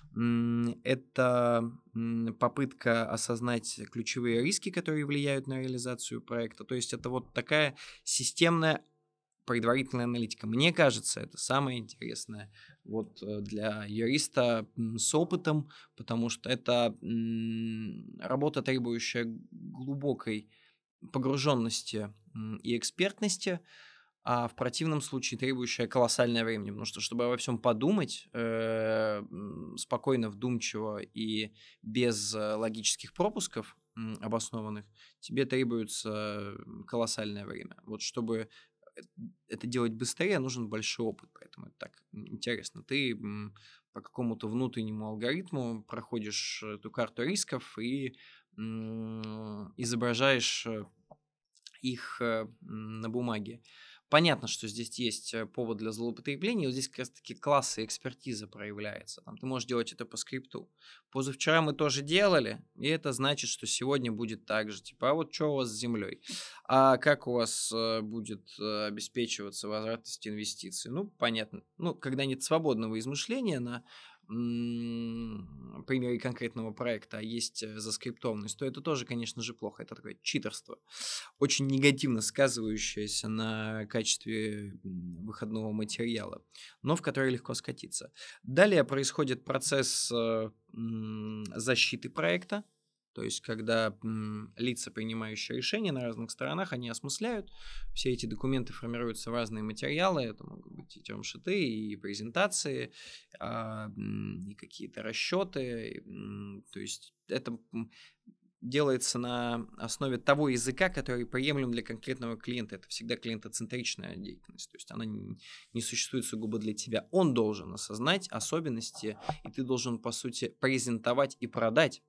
это попытка осознать ключевые риски, которые влияют на реализацию проекта. То есть это такая системная предварительная аналитика. Мне кажется, это самое интересное для юриста с опытом, потому что это работа, требующая глубокой погруженности и экспертности, а в противном случае требующая колоссальное время, потому что, чтобы обо всем подумать спокойно, вдумчиво и без логических пропусков обоснованных, тебе требуется колоссальное время. Чтобы это делать быстрее, нужен большой опыт, поэтому это так интересно. Ты по какому-то внутреннему алгоритму проходишь эту карту рисков и изображаешь их на бумаге. Понятно, что здесь есть повод для злоупотребления, здесь как раз-таки класс и экспертиза проявляется. Ты можешь делать это по скрипту. Позавчера мы тоже делали, и это значит, что сегодня будет так же. А что у вас с землей? А как у вас будет обеспечиваться возвратность инвестиций? Понятно. Когда нет свободного измышления на примере конкретного проекта, а есть заскриптованность, то это тоже, конечно же, плохо. Это такое читерство, очень негативно сказывающееся на качестве выходного материала, но в который легко скатиться. Далее происходит процесс защиты проекта, то есть когда лица, принимающие решения на разных сторонах, они осмысляют, все эти документы формируются в разные материалы, это могут быть и термшиты, и презентации, и какие-то расчеты, то есть это делается на основе того языка, который приемлем для конкретного клиента. Это всегда клиентоцентричная деятельность. То есть она не существует сугубо для тебя. Он должен осознать особенности, и ты должен, по сути, презентовать и продать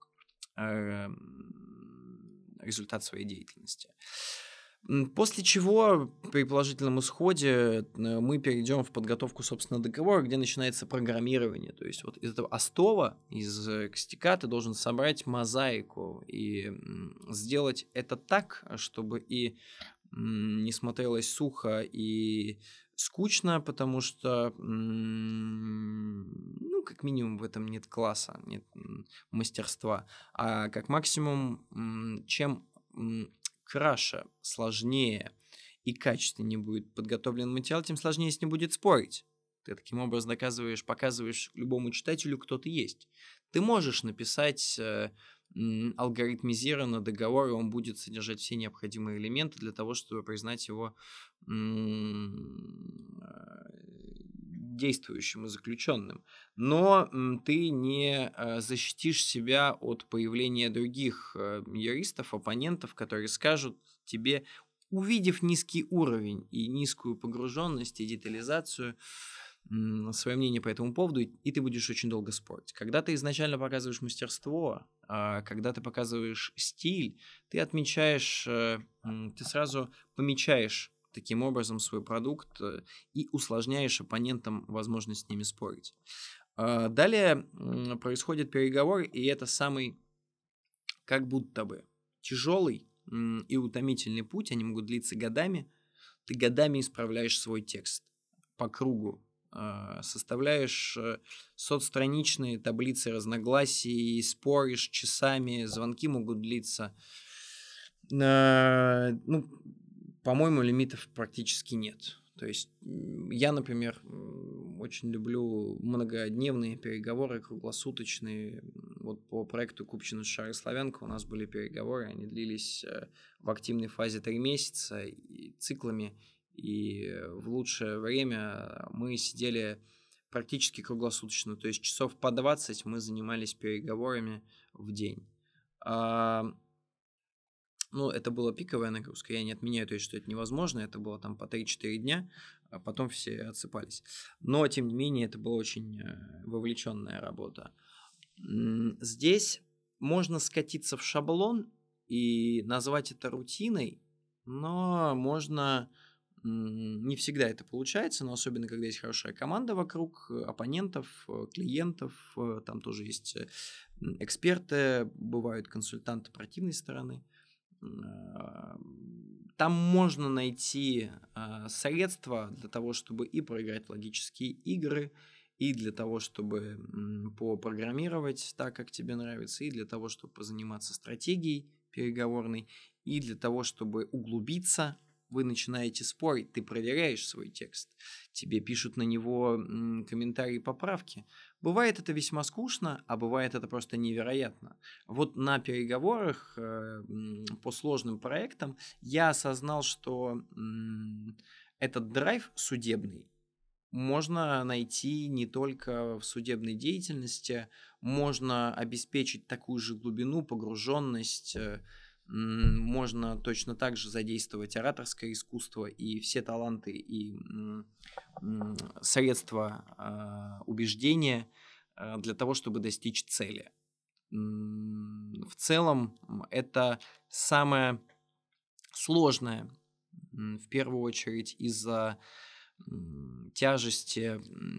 результат своей деятельности. После чего при положительном исходе мы перейдем в подготовку, собственно, договора, где начинается программирование. То есть вот из этого остова, из костяка ты должен собрать мозаику и сделать это так, чтобы и не смотрелось сухо и скучно, потому что, ну, как минимум в этом нет класса, нет мастерства, а как максимум, чем краше, сложнее и качественнее будет подготовлен материал, тем сложнее с ним будет спорить. Ты таким образом доказываешь, показываешь любому читателю, кто ты есть. Ты можешь написать алгоритмизированный договор, и он будет содержать все необходимые элементы для того, чтобы признать его действующим и заключенным. Но ты не защитишь себя от появления других юристов, оппонентов, которые скажут тебе, увидев низкий уровень и низкую погруженность и детализацию, свое мнение по этому поводу, и ты будешь очень долго спорить. Когда ты изначально показываешь мастерство, когда ты показываешь стиль, ты отмечаешь, ты сразу помечаешь таким образом свой продукт и усложняешь оппонентам возможность с ними спорить. Далее происходит переговор, и это самый как будто бы тяжелый и утомительный путь, они могут длиться годами. Ты годами исправляешь свой текст по кругу, составляешь соцстраничные таблицы разногласий, споришь часами, звонки могут длиться. Ну, по-моему, лимитов практически нет. То есть я, например, очень люблю многодневные переговоры, круглосуточные. Вот по проекту Купчино Шар и Славянка у нас были переговоры, они длились в активной фазе 3 месяца и циклами. И в лучшее время мы сидели практически круглосуточно, то есть часов по 20 мы занимались переговорами в день. Ну, это была пиковая нагрузка, я не отменяю, то есть, что это невозможно, это было там по 3-4 дня, а потом все отсыпались. Но, тем не менее, это была очень вовлеченная работа. Здесь можно скатиться в шаблон и назвать это рутиной, но можно... Не всегда это получается, но особенно, когда есть хорошая команда вокруг, оппонентов, клиентов, там тоже есть эксперты, бывают консультанты противной стороны. Там можно найти средства для того, чтобы и проиграть логические игры, и для того, чтобы попрограммировать так, как тебе нравится, и для того, чтобы позаниматься стратегией переговорной, и для того, чтобы углубиться. Вы начинаете спорить, ты проверяешь свой текст, тебе пишут на него комментарии, поправки. Бывает это весьма скучно, а бывает это просто невероятно. Вот на переговорах по сложным проектам я осознал, что этот драйв судебный можно найти не только в судебной деятельности, можно обеспечить такую же глубину, погруженность, можно точно так же задействовать ораторское искусство и все таланты и средства убеждения для того, чтобы достичь цели. В целом это самое сложное, в первую очередь из-за тяжести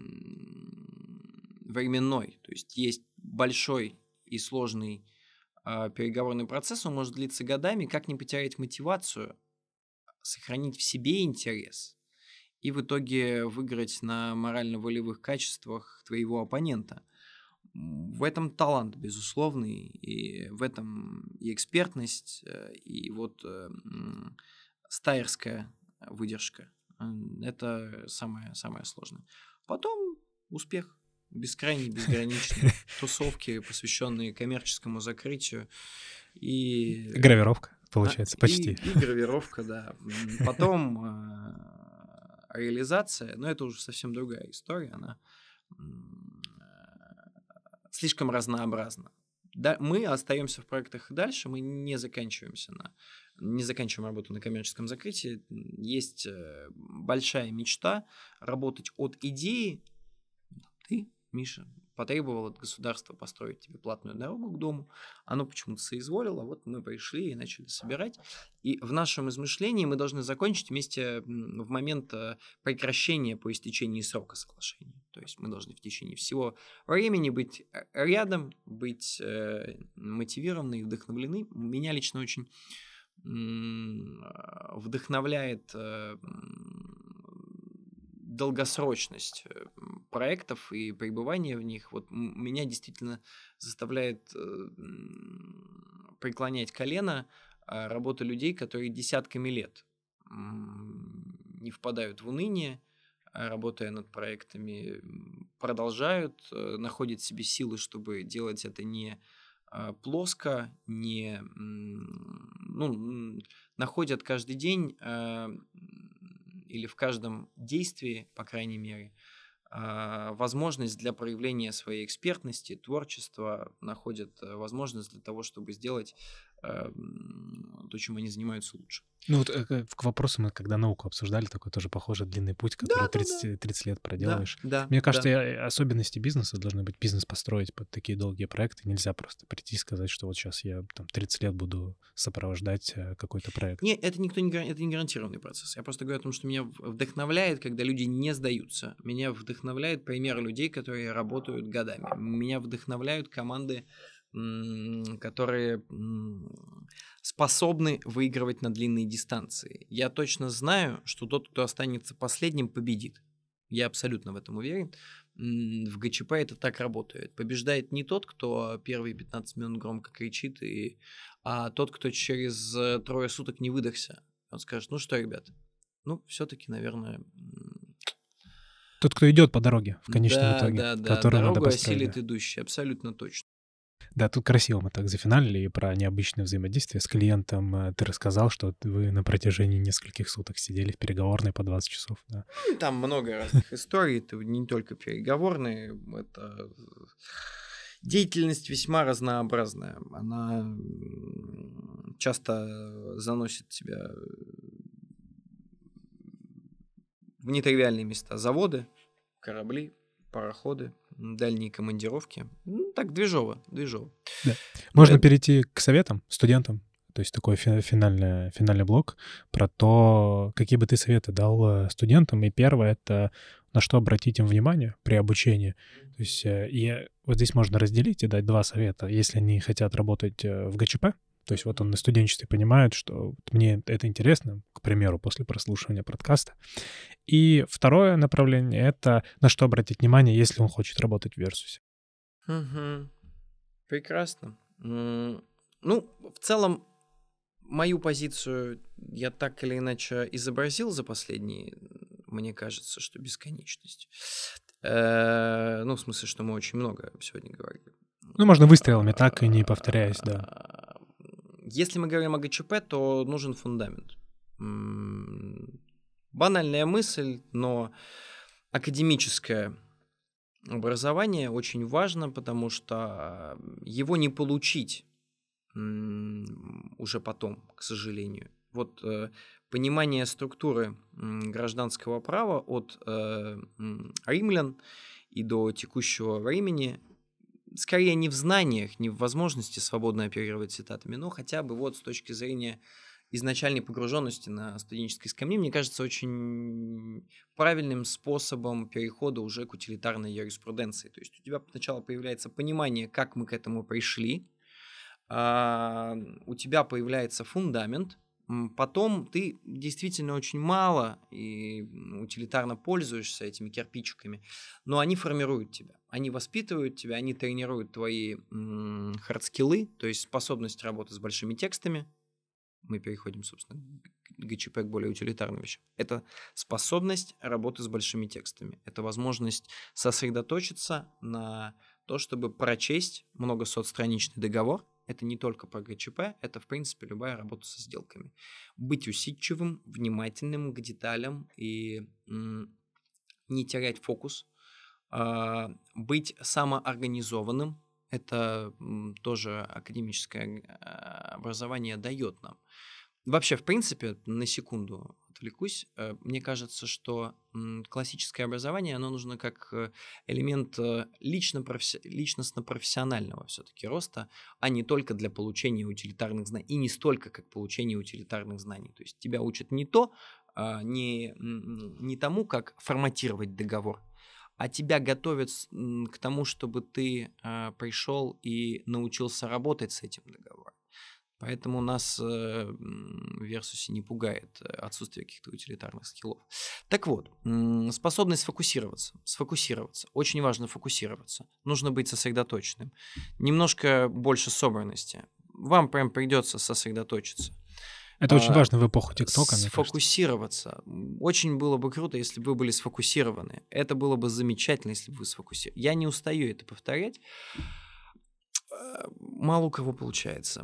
временной. То есть есть большой и сложный переговорный процесс, он может длиться годами, как не потерять мотивацию, сохранить в себе интерес и в итоге выиграть на морально-волевых качествах твоего оппонента. В этом талант, безусловный, и в этом и экспертность, и вот стайерская выдержка. Это самое сложное. Потом успех. Бескрайний, безграничный. Тусовки, посвященные коммерческому закрытию. И гравировка, получается, почти. И гравировка, да. Потом реализация, но это уже совсем другая история, она слишком разнообразна. мы остаемся в проектах и дальше, мы не заканчиваем работу на коммерческом закрытии. Есть большая мечта работать от идеи. Ты, Миша, потребовал от государства построить тебе платную дорогу к дому, оно почему-то соизволило, вот мы пришли и начали собирать. И в нашем измышлении мы должны закончить в момент прекращения по истечении срока соглашения. То есть мы должны в течение всего времени быть рядом, быть мотивированы и вдохновлены. Меня лично очень вдохновляет долгосрочность проектов и пребывание в них. Вот меня действительно заставляет преклонять колено работа людей, которые десятками лет не впадают в уныние, работая над проектами, продолжают, находят в себе силы, чтобы делать это не плоско, не находят каждый день или в каждом действии, по крайней мере, возможность для проявления своей экспертности, творчества, находят возможность для того, чтобы сделать то, чем они занимаются лучше. Ну вот к вопросу мы, когда науку обсуждали, такой тоже похожий длинный путь, который 30 лет проделаешь. Мне кажется, особенности бизнеса должны быть бизнес построить под такие долгие проекты. Нельзя просто прийти и сказать, что вот сейчас я там 30 лет буду сопровождать какой-то проект. Нет, это не гарантированный процесс. Я просто говорю о том, что меня вдохновляет, когда люди не сдаются. Меня вдохновляет пример людей, которые работают годами. Меня вдохновляют команды, которые способны выигрывать на длинные дистанции. Я точно знаю, что тот, кто останется последним, победит. Я абсолютно в этом уверен. В ГЧП это так работает. Побеждает не тот, кто первые 15 минут громко кричит, а тот, кто через 3 суток не выдохся. Он скажет: ну что, ребят, все-таки, наверное... Тот, кто идет по дороге в конечном итоге, которую надо дорогу построить. осилит идущий, абсолютно точно. Да, тут красиво мы так зафиналили, и про необычное взаимодействие с клиентом ты рассказал, что вы на протяжении нескольких суток сидели в переговорной по 20 часов. Да. Там много разных историй, это не только переговорные, это деятельность весьма разнообразная. Она часто заносит тебя в нетривиальные места. Заводы, корабли, пароходы, дальние командировки. Так, движово. Да. Можно перейти к советам студентам, то есть такой финальный блок про то, какие бы ты советы дал студентам. И первое — это на что обратить им внимание при обучении. То есть вот здесь можно разделить и дать 2 совета. Если они хотят работать в ГЧП, то есть вот он на студенчестве понимает, что мне это интересно, к примеру, после прослушивания подкаста. И второе направление — это на что обратить внимание, если он хочет работать в Versus. Прекрасно. В целом, мою позицию я так или иначе изобразил за последние, мне кажется, что бесконечность. В смысле, что мы очень много сегодня говорили. Можно выстрелами, так и не повторяясь, да. Если мы говорим о ГЧП, то нужен фундамент. Банальная мысль, но академическое образование очень важно, потому что его не получить уже потом, к сожалению. Вот понимание структуры гражданского права от римлян и до текущего времени скорее не в знаниях, не в возможности свободно оперировать цитатами, но хотя бы вот с точки зрения изначальной погруженности на студенческой скамье, мне кажется, очень правильным способом перехода уже к утилитарной юриспруденции. То есть у тебя сначала появляется понимание, как мы к этому пришли, у тебя появляется фундамент, потом ты действительно очень мало и утилитарно пользуешься этими кирпичиками, но они формируют тебя, они воспитывают тебя, они тренируют твои хардскиллы, то есть способность работы с большими текстами. Мы переходим, собственно, к ГЧП, к более утилитарным вещам. Это способность работы с большими текстами. Это возможность сосредоточиться на то, чтобы прочесть многосотстраничный договор. Это не только про ГЧП, это, в принципе, любая работа со сделками. Быть усидчивым, внимательным к деталям и не терять фокус. Быть самоорганизованным. это тоже академическое образование дает нам. Вообще, в принципе, на секунду отвлекусь, мне кажется, что классическое образование, оно нужно как элемент личностно-профессионального все-таки роста, а не только для получения утилитарных знаний, и не столько как получение утилитарных знаний. То есть тебя учат не не тому, как форматировать договор, а тебя готовят к тому, чтобы ты пришел и научился работать с этим договором. Поэтому нас в Версусе не пугает отсутствие каких-то утилитарных скиллов. Так вот, способность сфокусироваться. Очень важно фокусироваться. Нужно быть сосредоточенным. Немножко больше собранности. Вам прям придется сосредоточиться. Это очень важно в эпоху ТикТока, мне кажется. Сфокусироваться. Очень было бы круто, если бы вы были сфокусированы. Это было бы замечательно, если бы вы сфокусированы. Я не устаю это повторять. Мало у кого получается.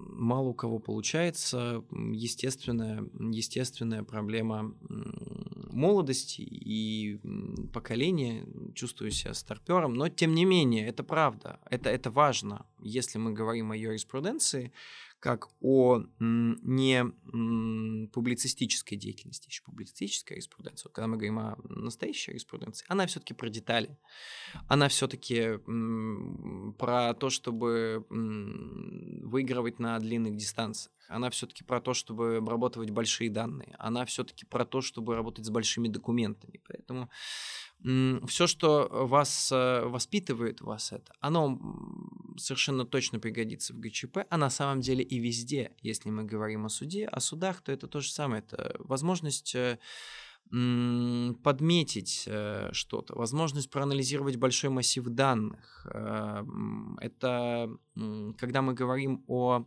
Естественная проблема молодости и поколения. Чувствую себя старпёром, но тем не менее, это правда. Это важно, если мы говорим о юриспруденции, как о не публицистической деятельности, еще публицистическая юриспруденция. Когда мы говорим о настоящей юриспруденции, она все-таки про детали. Она все-таки про то, чтобы выигрывать на длинных дистанциях. Она все-таки про то, чтобы обрабатывать большие данные. Она все-таки про то, чтобы работать с большими документами. Поэтому все, что вас воспитывает, оно совершенно точно пригодится в ГЧП, а на самом деле и везде. Если мы говорим о судах, то это то же самое. Это возможность подметить что-то, возможность проанализировать большой массив данных. Это когда мы говорим о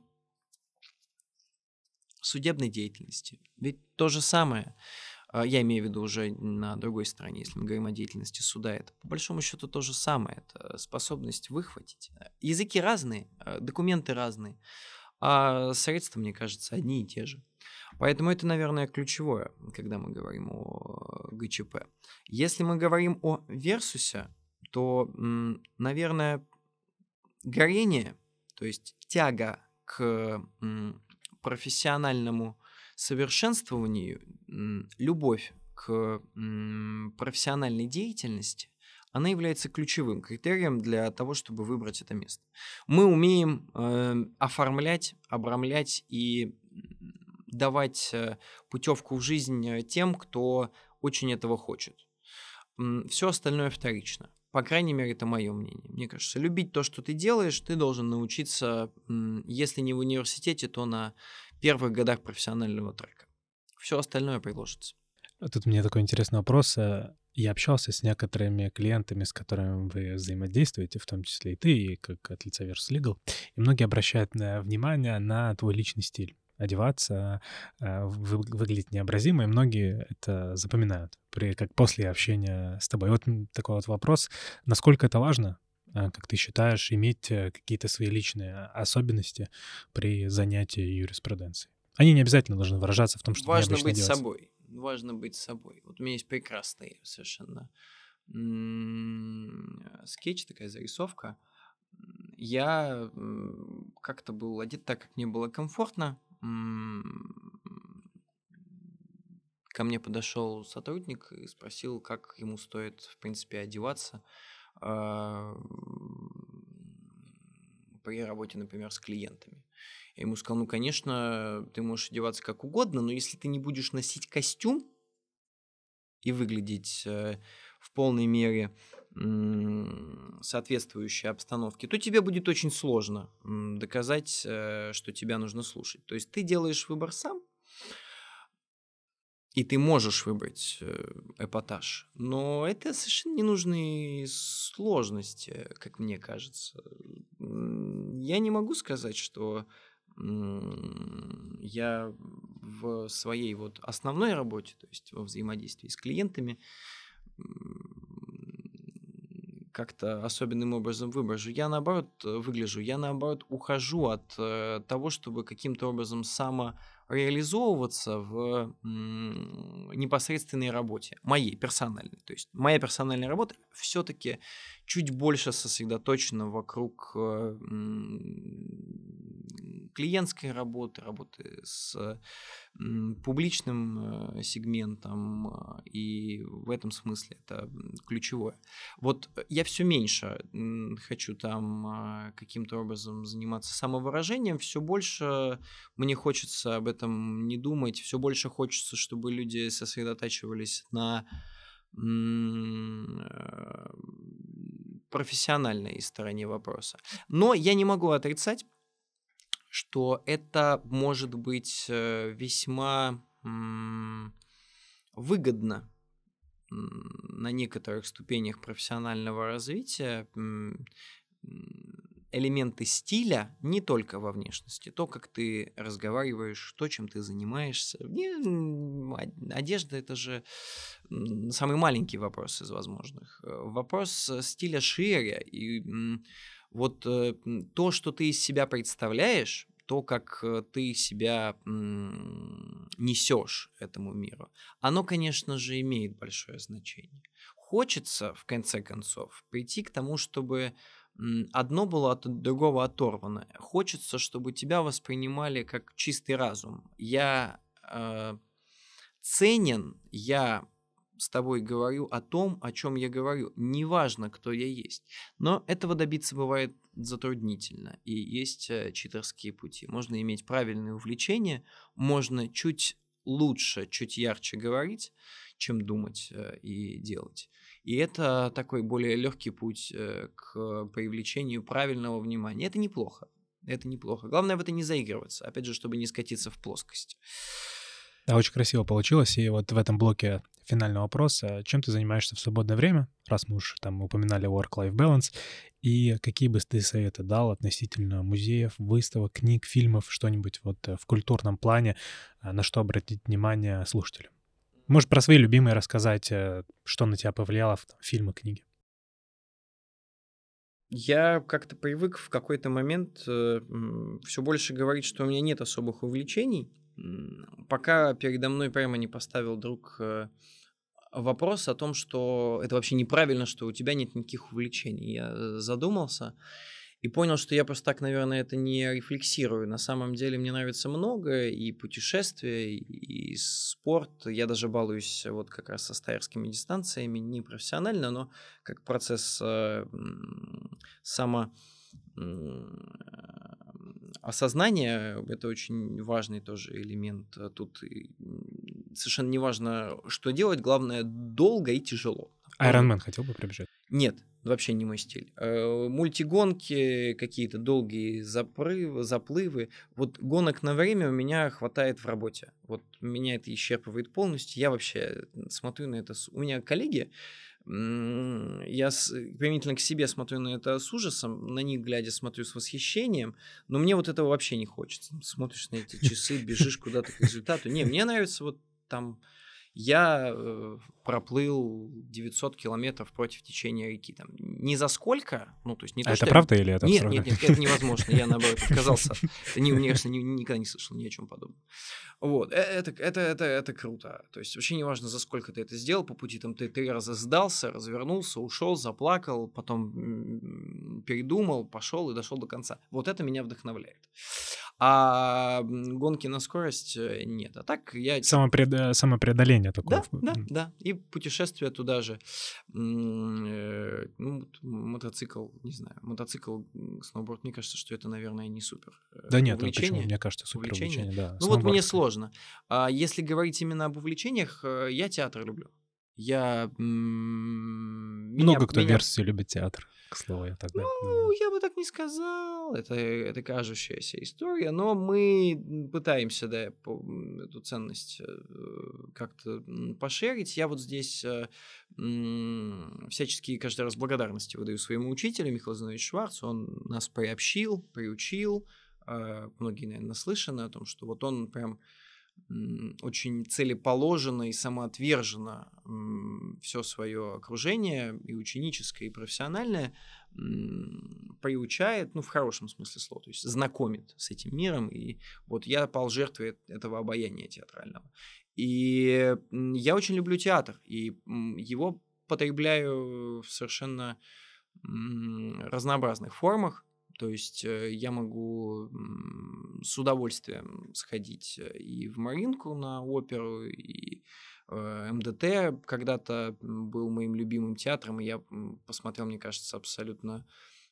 судебной деятельности. Ведь то же самое. Я имею в виду уже на другой стороне, если мы говорим о деятельности суда, это по большому счету то же самое. Это способность выхватить. Языки разные, документы разные, а средства, мне кажется, одни и те же. Поэтому это, наверное, ключевое, когда мы говорим о ГЧП. Если мы говорим о Версусе, то, наверное, горение, то есть тяга к профессиональному совершенствованию, любовь к профессиональной деятельности, она является ключевым критерием для того, чтобы выбрать это место. Мы умеем оформлять, обрамлять и давать путевку в жизнь тем, кто очень этого хочет. Все остальное вторично. По крайней мере, это мое мнение. Мне кажется, любить то, что ты делаешь, ты должен научиться, если не в университете, то на первых годах профессионального трека. Все остальное приложится. Тут у меня такой интересный вопрос. Я общался с некоторыми клиентами, с которыми вы взаимодействуете, в том числе и ты, и как от лица Versus Legal, и многие обращают внимание на твой личный стиль. Одеваться, выглядеть необразимо, и многие это запоминают как после общения с тобой. Вот такой вот вопрос. Насколько это важно, как ты считаешь, иметь какие-то свои личные особенности при занятии юриспруденцией? Они не обязательно должны выражаться в том, что Важно необычно быть одеваться. собой. Важно быть собой. Вот у меня есть прекрасный совершенно скетч, такая зарисовка. Я как-то был одет так, как мне было комфортно. Ко мне подошел сотрудник и спросил, как ему стоит, в принципе, одеваться при работе, например, с клиентами. Я ему сказал, конечно, ты можешь одеваться как угодно, но если ты не будешь носить костюм и выглядеть в полной мере соответствующей обстановке, то тебе будет очень сложно доказать, что тебя нужно слушать. То есть ты делаешь выбор сам, и ты можешь выбрать эпатаж, но это совершенно ненужные сложности, как мне кажется. Я не могу сказать, что я в своей вот основной работе, то есть во взаимодействии с клиентами, как-то особенным образом выгляжу. Я наоборот ухожу от того, чтобы каким-то образом реализовываться в непосредственной работе, моей персональной. То есть моя персональная работа все-таки чуть больше сосредоточена вокруг клиентской работы, работы с публичным сегментом, и в этом смысле это ключевое. Вот я все меньше хочу там каким-то образом заниматься самовыражением, все больше мне хочется об этом не думать, все больше хочется, чтобы люди сосредотачивались на профессиональной стороне вопроса. Но я не могу отрицать, что это может быть весьма выгодно на некоторых ступенях профессионального развития. Элементы стиля не только во внешности, то, как ты разговариваешь, то, чем ты занимаешься. Одежда — это же самый маленький вопрос из возможных. Вопрос стиля шире, и вот то, что ты из себя представляешь, то, как ты себя несешь этому миру, оно, конечно же, имеет большое значение. Хочется, в конце концов, прийти к тому, чтобы одно было от другого оторвано. Хочется, чтобы тебя воспринимали как чистый разум. Я ценен, я с тобой говорю о том, о чем я говорю. Неважно, кто я есть. Но этого добиться бывает затруднительно. И есть читерские пути. Можно иметь правильные увлечения, можно чуть лучше, чуть ярче говорить, чем думать и делать. И это такой более легкий путь к привлечению правильного внимания. Это неплохо. Это неплохо. Главное в это не заигрываться. Опять же, чтобы не скатиться в плоскость. Да, очень красиво получилось. И вот в этом блоке финальный вопрос. Чем ты занимаешься в свободное время, раз мы уж там упоминали work-life balance, и какие бы ты советы дал относительно музеев, выставок, книг, фильмов, что-нибудь вот в культурном плане, на что обратить внимание слушателям? Можешь про свои любимые рассказать, что на тебя повлияло в фильмы, книги? Я как-то привык в какой-то момент все больше говорить, что у меня нет особых увлечений, пока передо мной прямо не поставил друг вопрос о том, что это вообще неправильно, что у тебя нет никаких увлечений. Я задумался и понял, что я просто так, наверное, это не рефлексирую. На самом деле мне нравится многое, и путешествия, и спорт. Я даже балуюсь вот как раз со стайерскими дистанциями, не профессионально, но как процесс осознание — это очень важный тоже элемент. Тут совершенно не важно, что делать, главное — долго и тяжело. Iron Man хотел бы пробежать? Нет, вообще не мой стиль. Мультигонки, какие-то долгие заплывы. Вот гонок на время у меня хватает в работе. Вот меня это исчерпывает полностью. Я вообще смотрю на это... У меня коллеги, я применительно к себе смотрю на это с ужасом, на них глядя смотрю с восхищением, но мне вот этого вообще не хочется. Смотришь на эти часы, бежишь куда-то к результату. Не, мне нравится вот там... Я проплыл 900 километров против течения реки. Там, не за сколько, ну, то есть не то, это что... правда или это Нет, это невозможно. Я, наоборот, отказался. Никогда не слышал ни о чем подобном. Вот, это круто. То есть вообще не важно, за сколько ты это сделал. По пути там ты 3 раза сдался, развернулся, ушел, заплакал, потом передумал, пошел и дошел до конца. Вот это меня вдохновляет. А гонки на скорость нет. А так я... Самопреодоление такое. Да. И путешествия туда же. Мотоцикл, не знаю. Мотоцикл, сноуборд, мне кажется, что это, наверное, не супер Да нет, увлечение. почему? Мне кажется, супер увлечение, да. Ну вот мне сложно. А если говорить именно об увлечениях, я театр люблю. Много кто в версии любит театр, к слову, я так думаю. Ну, я бы так не сказал. Это кажущаяся история, но мы пытаемся, да, эту ценность как-то пошерить. Я вот здесь всячески каждый раз благодарности выдаю своему учителю Михаилу Зиновичу Шварцу. Он нас приучил. Многие, наверное, слышаны о том, что вот он прям очень целеположенно и самоотверженно все свое окружение, и ученическое, и профессиональное, приучает, в хорошем смысле слова, то есть знакомит с этим миром, и вот я пал жертвой этого обаяния театрального. И я очень люблю театр, и его потребляю в совершенно разнообразных формах. То есть я могу с удовольствием сходить и в Мариинку на оперу, и МДТ когда-то был моим любимым театром, и я посмотрел, мне кажется, абсолютно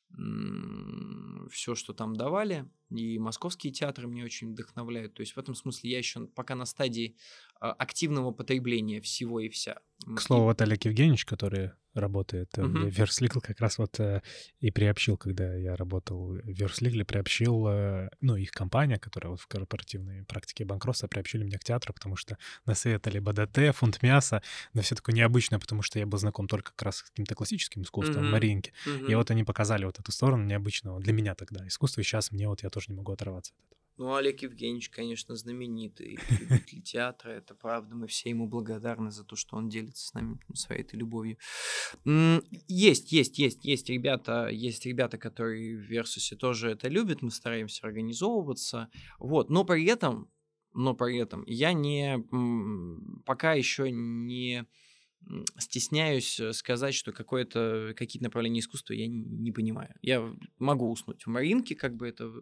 все, что там давали, и московские театры меня очень вдохновляют. То есть в этом смысле я еще пока на стадии активного потребления всего и вся. К слову, вот Олег Евгеньевич, который работает в Мгм. Верслигл, как раз вот и приобщил, когда я работал в Верслигле, приобщил, их компания, которая вот в корпоративной практике банкротства, приобщили меня к театру, потому что насоветовали БДТ, фунт мяса, да все такое необычное, потому что я был знаком только как раз с каким-то классическим искусством, Мгм. Мариинки. И Мгм. вот они показали вот эту сторону необычного для меня тогда искусства, и сейчас мне вот я тоже не могу оторваться от этого. Ну, Олег Евгеньевич, конечно, знаменитый любитель театра, это правда, мы все ему благодарны за то, что он делится с нами своей этой любовью. Есть ребята, которые в Версусе тоже это любят, мы стараемся организовываться, вот, но при этом я пока еще не стесняюсь сказать, что какие-то направления искусства я не понимаю. Я могу уснуть в Мариинке, как бы это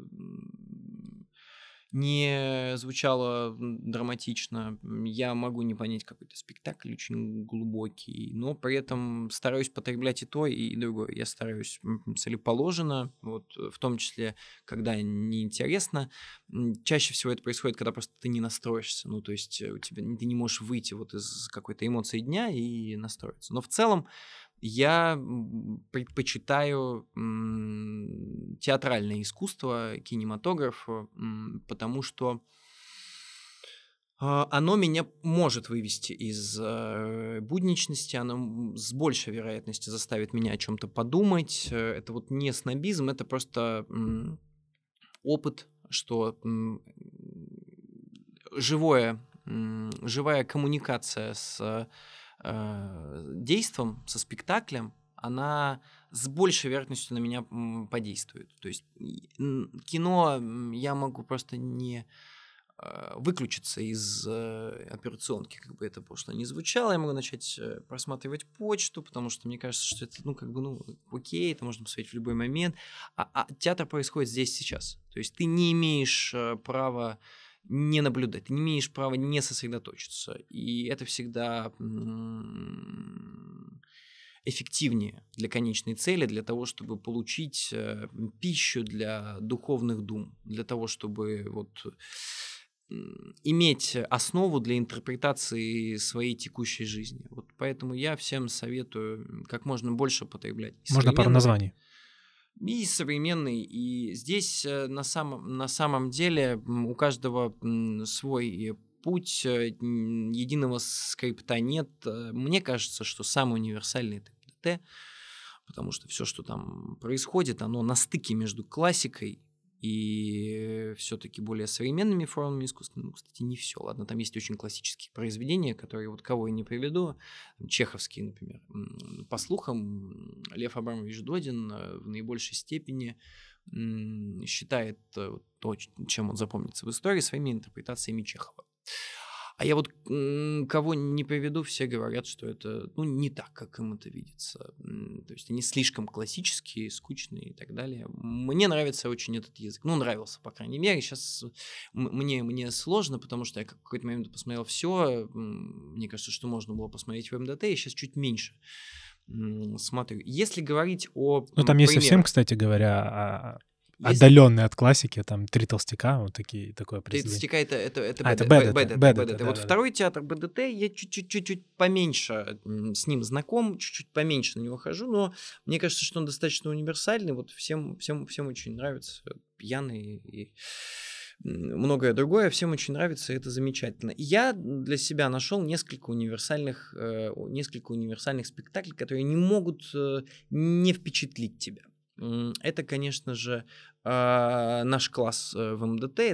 не звучало драматично. Я могу не понять какой-то спектакль очень глубокий, но при этом стараюсь потреблять и то, и другое. Я стараюсь целеположенно, вот, в том числе, когда неинтересно. Чаще всего это происходит, когда просто ты не настроишься. Ну, то есть ты не можешь выйти вот из какой-то эмоции дня и настроиться. Но в целом я предпочитаю театральное искусство, кинематограф, потому что оно меня может вывести из будничности, оно с большей вероятностью заставит меня о чем-то подумать. Это вот не снобизм, это просто опыт, что живая коммуникация с действом, со спектаклем, она с большей вероятностью на меня подействует. То есть кино я могу просто не выключиться из операционки, как бы это пошло не звучало, я могу начать просматривать почту, потому что мне кажется, что это, окей, это можно посмотреть в любой момент. А театр происходит здесь сейчас. То есть ты не имеешь права не наблюдать, ты не имеешь права не сосредоточиться. И это всегда эффективнее для конечной цели, для того, чтобы получить пищу для духовных дум, для того, чтобы иметь основу для интерпретации своей текущей жизни. Вот поэтому я всем советую как можно больше потреблять Можно пару названий? и современный. И здесь на самом деле у каждого свой путь, единого скрипта нет. Мне кажется, что самый универсальный это ПДТ, потому что все, что там происходит, оно на стыке между классикой и все-таки более современными формами искусства. Ну, кстати, не все. Ладно, там есть очень классические произведения, которые вот кого я не приведу, чеховские, например. По слухам, Лев Абрамович Додин в наибольшей степени считает то, чем он запомнится в истории, своими интерпретациями Чехова. А я вот кого не приведу, все говорят, что это не так, как им это видится. То есть они слишком классические, скучные и так далее. Мне нравится очень этот язык. Нравился, по крайней мере. Сейчас мне сложно, потому что я в какой-то момент посмотрел все. Мне кажется, что можно было посмотреть в МДТ, я сейчас чуть меньше смотрю. Если говорить о Там есть совсем, кстати говоря, отдаленные от классики, там «Три толстяка», вот такое произведение. «Три толстяка» — это БДТ. Вот второй театр БДТ, я чуть-чуть поменьше с ним знаком, чуть-чуть поменьше на него хожу, но мне кажется, что он достаточно универсальный, вот всем очень нравится, «Пьяный» и многое другое, всем очень нравится, и это замечательно. И я для себя нашел несколько универсальных спектаклей, которые не могут не впечатлить тебя. Это, конечно же, наш класс в МДТ. Это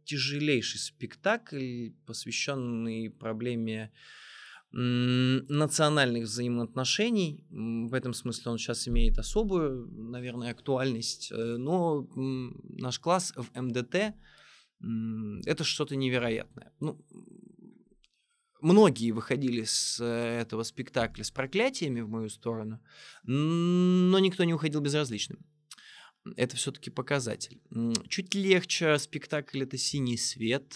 тяжелейший спектакль, посвященный проблеме национальных взаимоотношений. В этом смысле он сейчас имеет особую, наверное, актуальность. Но наш класс в МДТ это что-то невероятное. Ну, многие выходили с этого спектакля с проклятиями в мою сторону, но никто не уходил безразличным. Это все-таки показатель. Чуть легче спектакль это «Синий свет»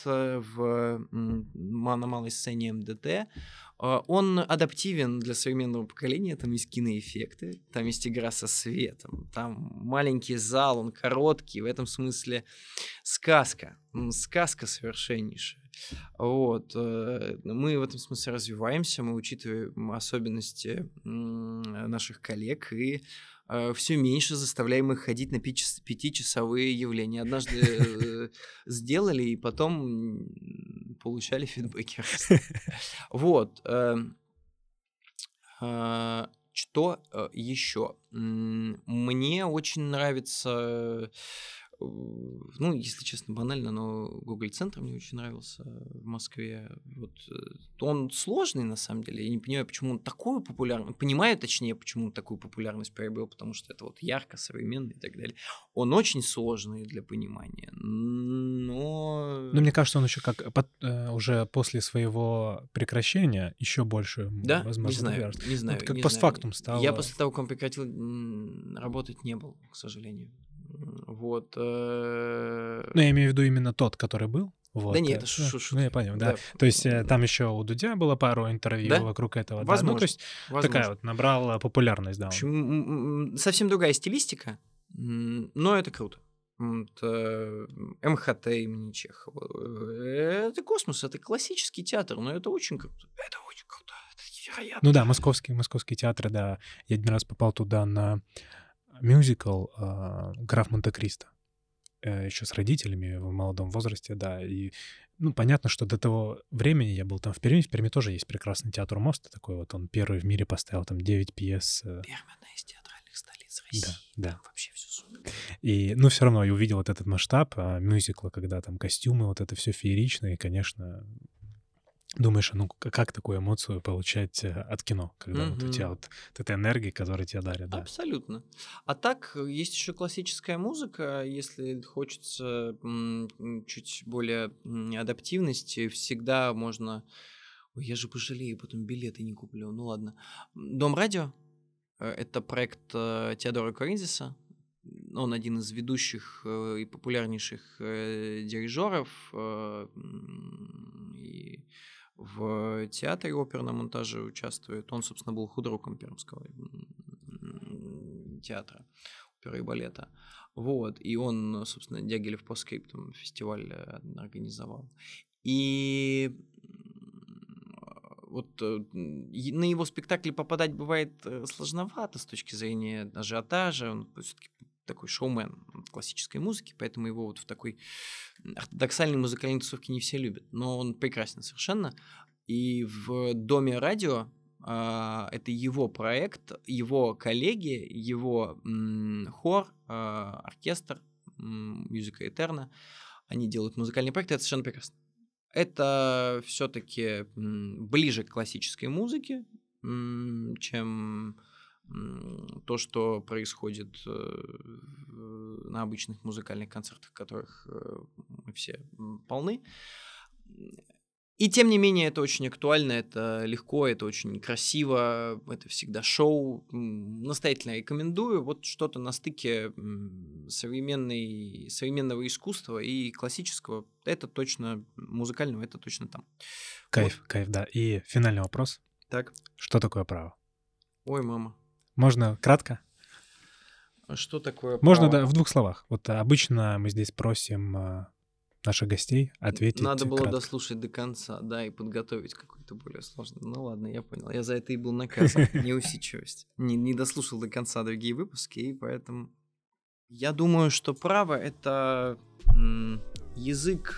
на малой сцене МДТ. Он адаптивен для современного поколения. Там есть киноэффекты, там есть игра со светом, там маленький зал, он короткий. В этом смысле сказка. Сказка совершеннейшая. Вот. Мы в этом смысле развиваемся, мы учитываем особенности наших коллег и все меньше заставляем их ходить на 5-часовые явления. Однажды сделали и потом получали фидбэки. Вот. Что еще? Мне очень нравится... Ну, если честно, банально, но Гоголь-центр мне очень нравился в Москве. Вот. Он сложный, на самом деле. Я не понимаю, почему он такую популярность... Понимаю, точнее, почему он такую популярность приобрел, потому что это вот ярко, современно и так далее. Он очень сложный для понимания, но... Ну, мне кажется, он еще уже после своего прекращения еще больше, да? возможно, Не знаю. Вот как постфактум стало. Я после того, как он прекратил работать, не был, к сожалению. Вот. Ну, я имею в виду именно тот, который был. Вот. Да нет, это шутка. Ну, я понял, да. То есть там еще у Дудя было пару интервью вокруг этого. Возможно. Да? Ну, то есть такая вот набрала популярность, да. В общем, совсем другая стилистика, но это круто. МХТ имени Чехова. Это космос, это классический театр, но это очень круто. Это очень круто, это невероятно. Ну да, московские театры, да. Я один раз попал туда на мюзикл «Граф Монте-Кристо». Еще с родителями в молодом возрасте, да. И, ну, понятно, что до того времени я был там в Перми. В Перми тоже есть прекрасный театр «Мост». Такой вот он первый в мире поставил там 9 пьес. Пермь — одна из театральных столиц России. Да. Там вообще все супер. И, ну, все равно я увидел вот этот масштаб мюзикла, когда там костюмы, вот это все феерично. И, конечно, думаешь, ну, как такую эмоцию получать от кино, когда вот у тебя вот эта энергия, которая тебе дарят, да. Абсолютно. А так, есть еще классическая музыка, если хочется чуть более адаптивности, всегда можно... Ой, я же пожалею, потом билеты не куплю. Ну ладно. Дом радио — это проект Теодора Коридиса. Он один из ведущих и популярнейших дирижеров и в театре оперном монтаже участвует. Он, собственно, был художником Пермского театра оперы и балета. Вот. И он, собственно, Дягилев постскриптум фестиваль организовал. И вот на его спектакли попадать бывает сложновато с точки зрения ажиотажа. Он все-таки такой шоумен классической музыки, поэтому его вот в такой ортодоксальной музыкальной тусовке не все любят. Но он прекрасен совершенно. И в Доме радио это его проект, его коллеги, его хор, оркестр, Музыка Этерна. Они делают музыкальные проекты, это совершенно прекрасно. Это все-таки ближе к классической музыке, чем то, что происходит на обычных музыкальных концертах, которых мы все полны. И тем не менее, это очень актуально, это легко, это очень красиво, это всегда шоу. Настоятельно рекомендую. Вот что-то на стыке современного искусства и классического. Это точно музыкального, это точно там. Кайф, да. И финальный вопрос. Так. Что такое право? Ой, мама. Можно кратко? Что такое право? Можно, да, в 2 словах. Вот обычно мы здесь просим наших гостей ответить. Надо было кратко. дослушать до конца, да, и подготовить какой-то более сложный. Ну ладно, я понял. Я за это и был наказан. Неусидчивость. Не дослушал до конца другие выпуски, и поэтому... Я думаю, что право — это язык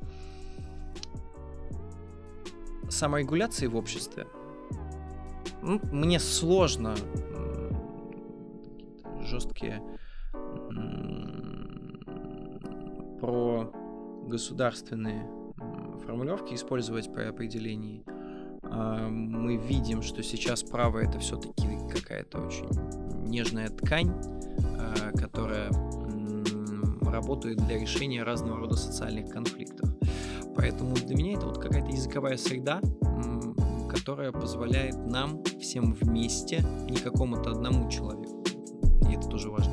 саморегуляции в обществе. Ну, мне сложно жесткие про государственные формулировки использовать при определении, мы видим, что сейчас право — это все-таки какая-то очень нежная ткань, которая работает для решения разного рода социальных конфликтов. Поэтому для меня это вот какая-то языковая среда, которая позволяет нам всем вместе, не какому-то одному человеку, и это тоже важно,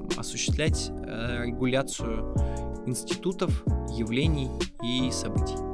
осуществлять регуляцию институтов, явлений и событий.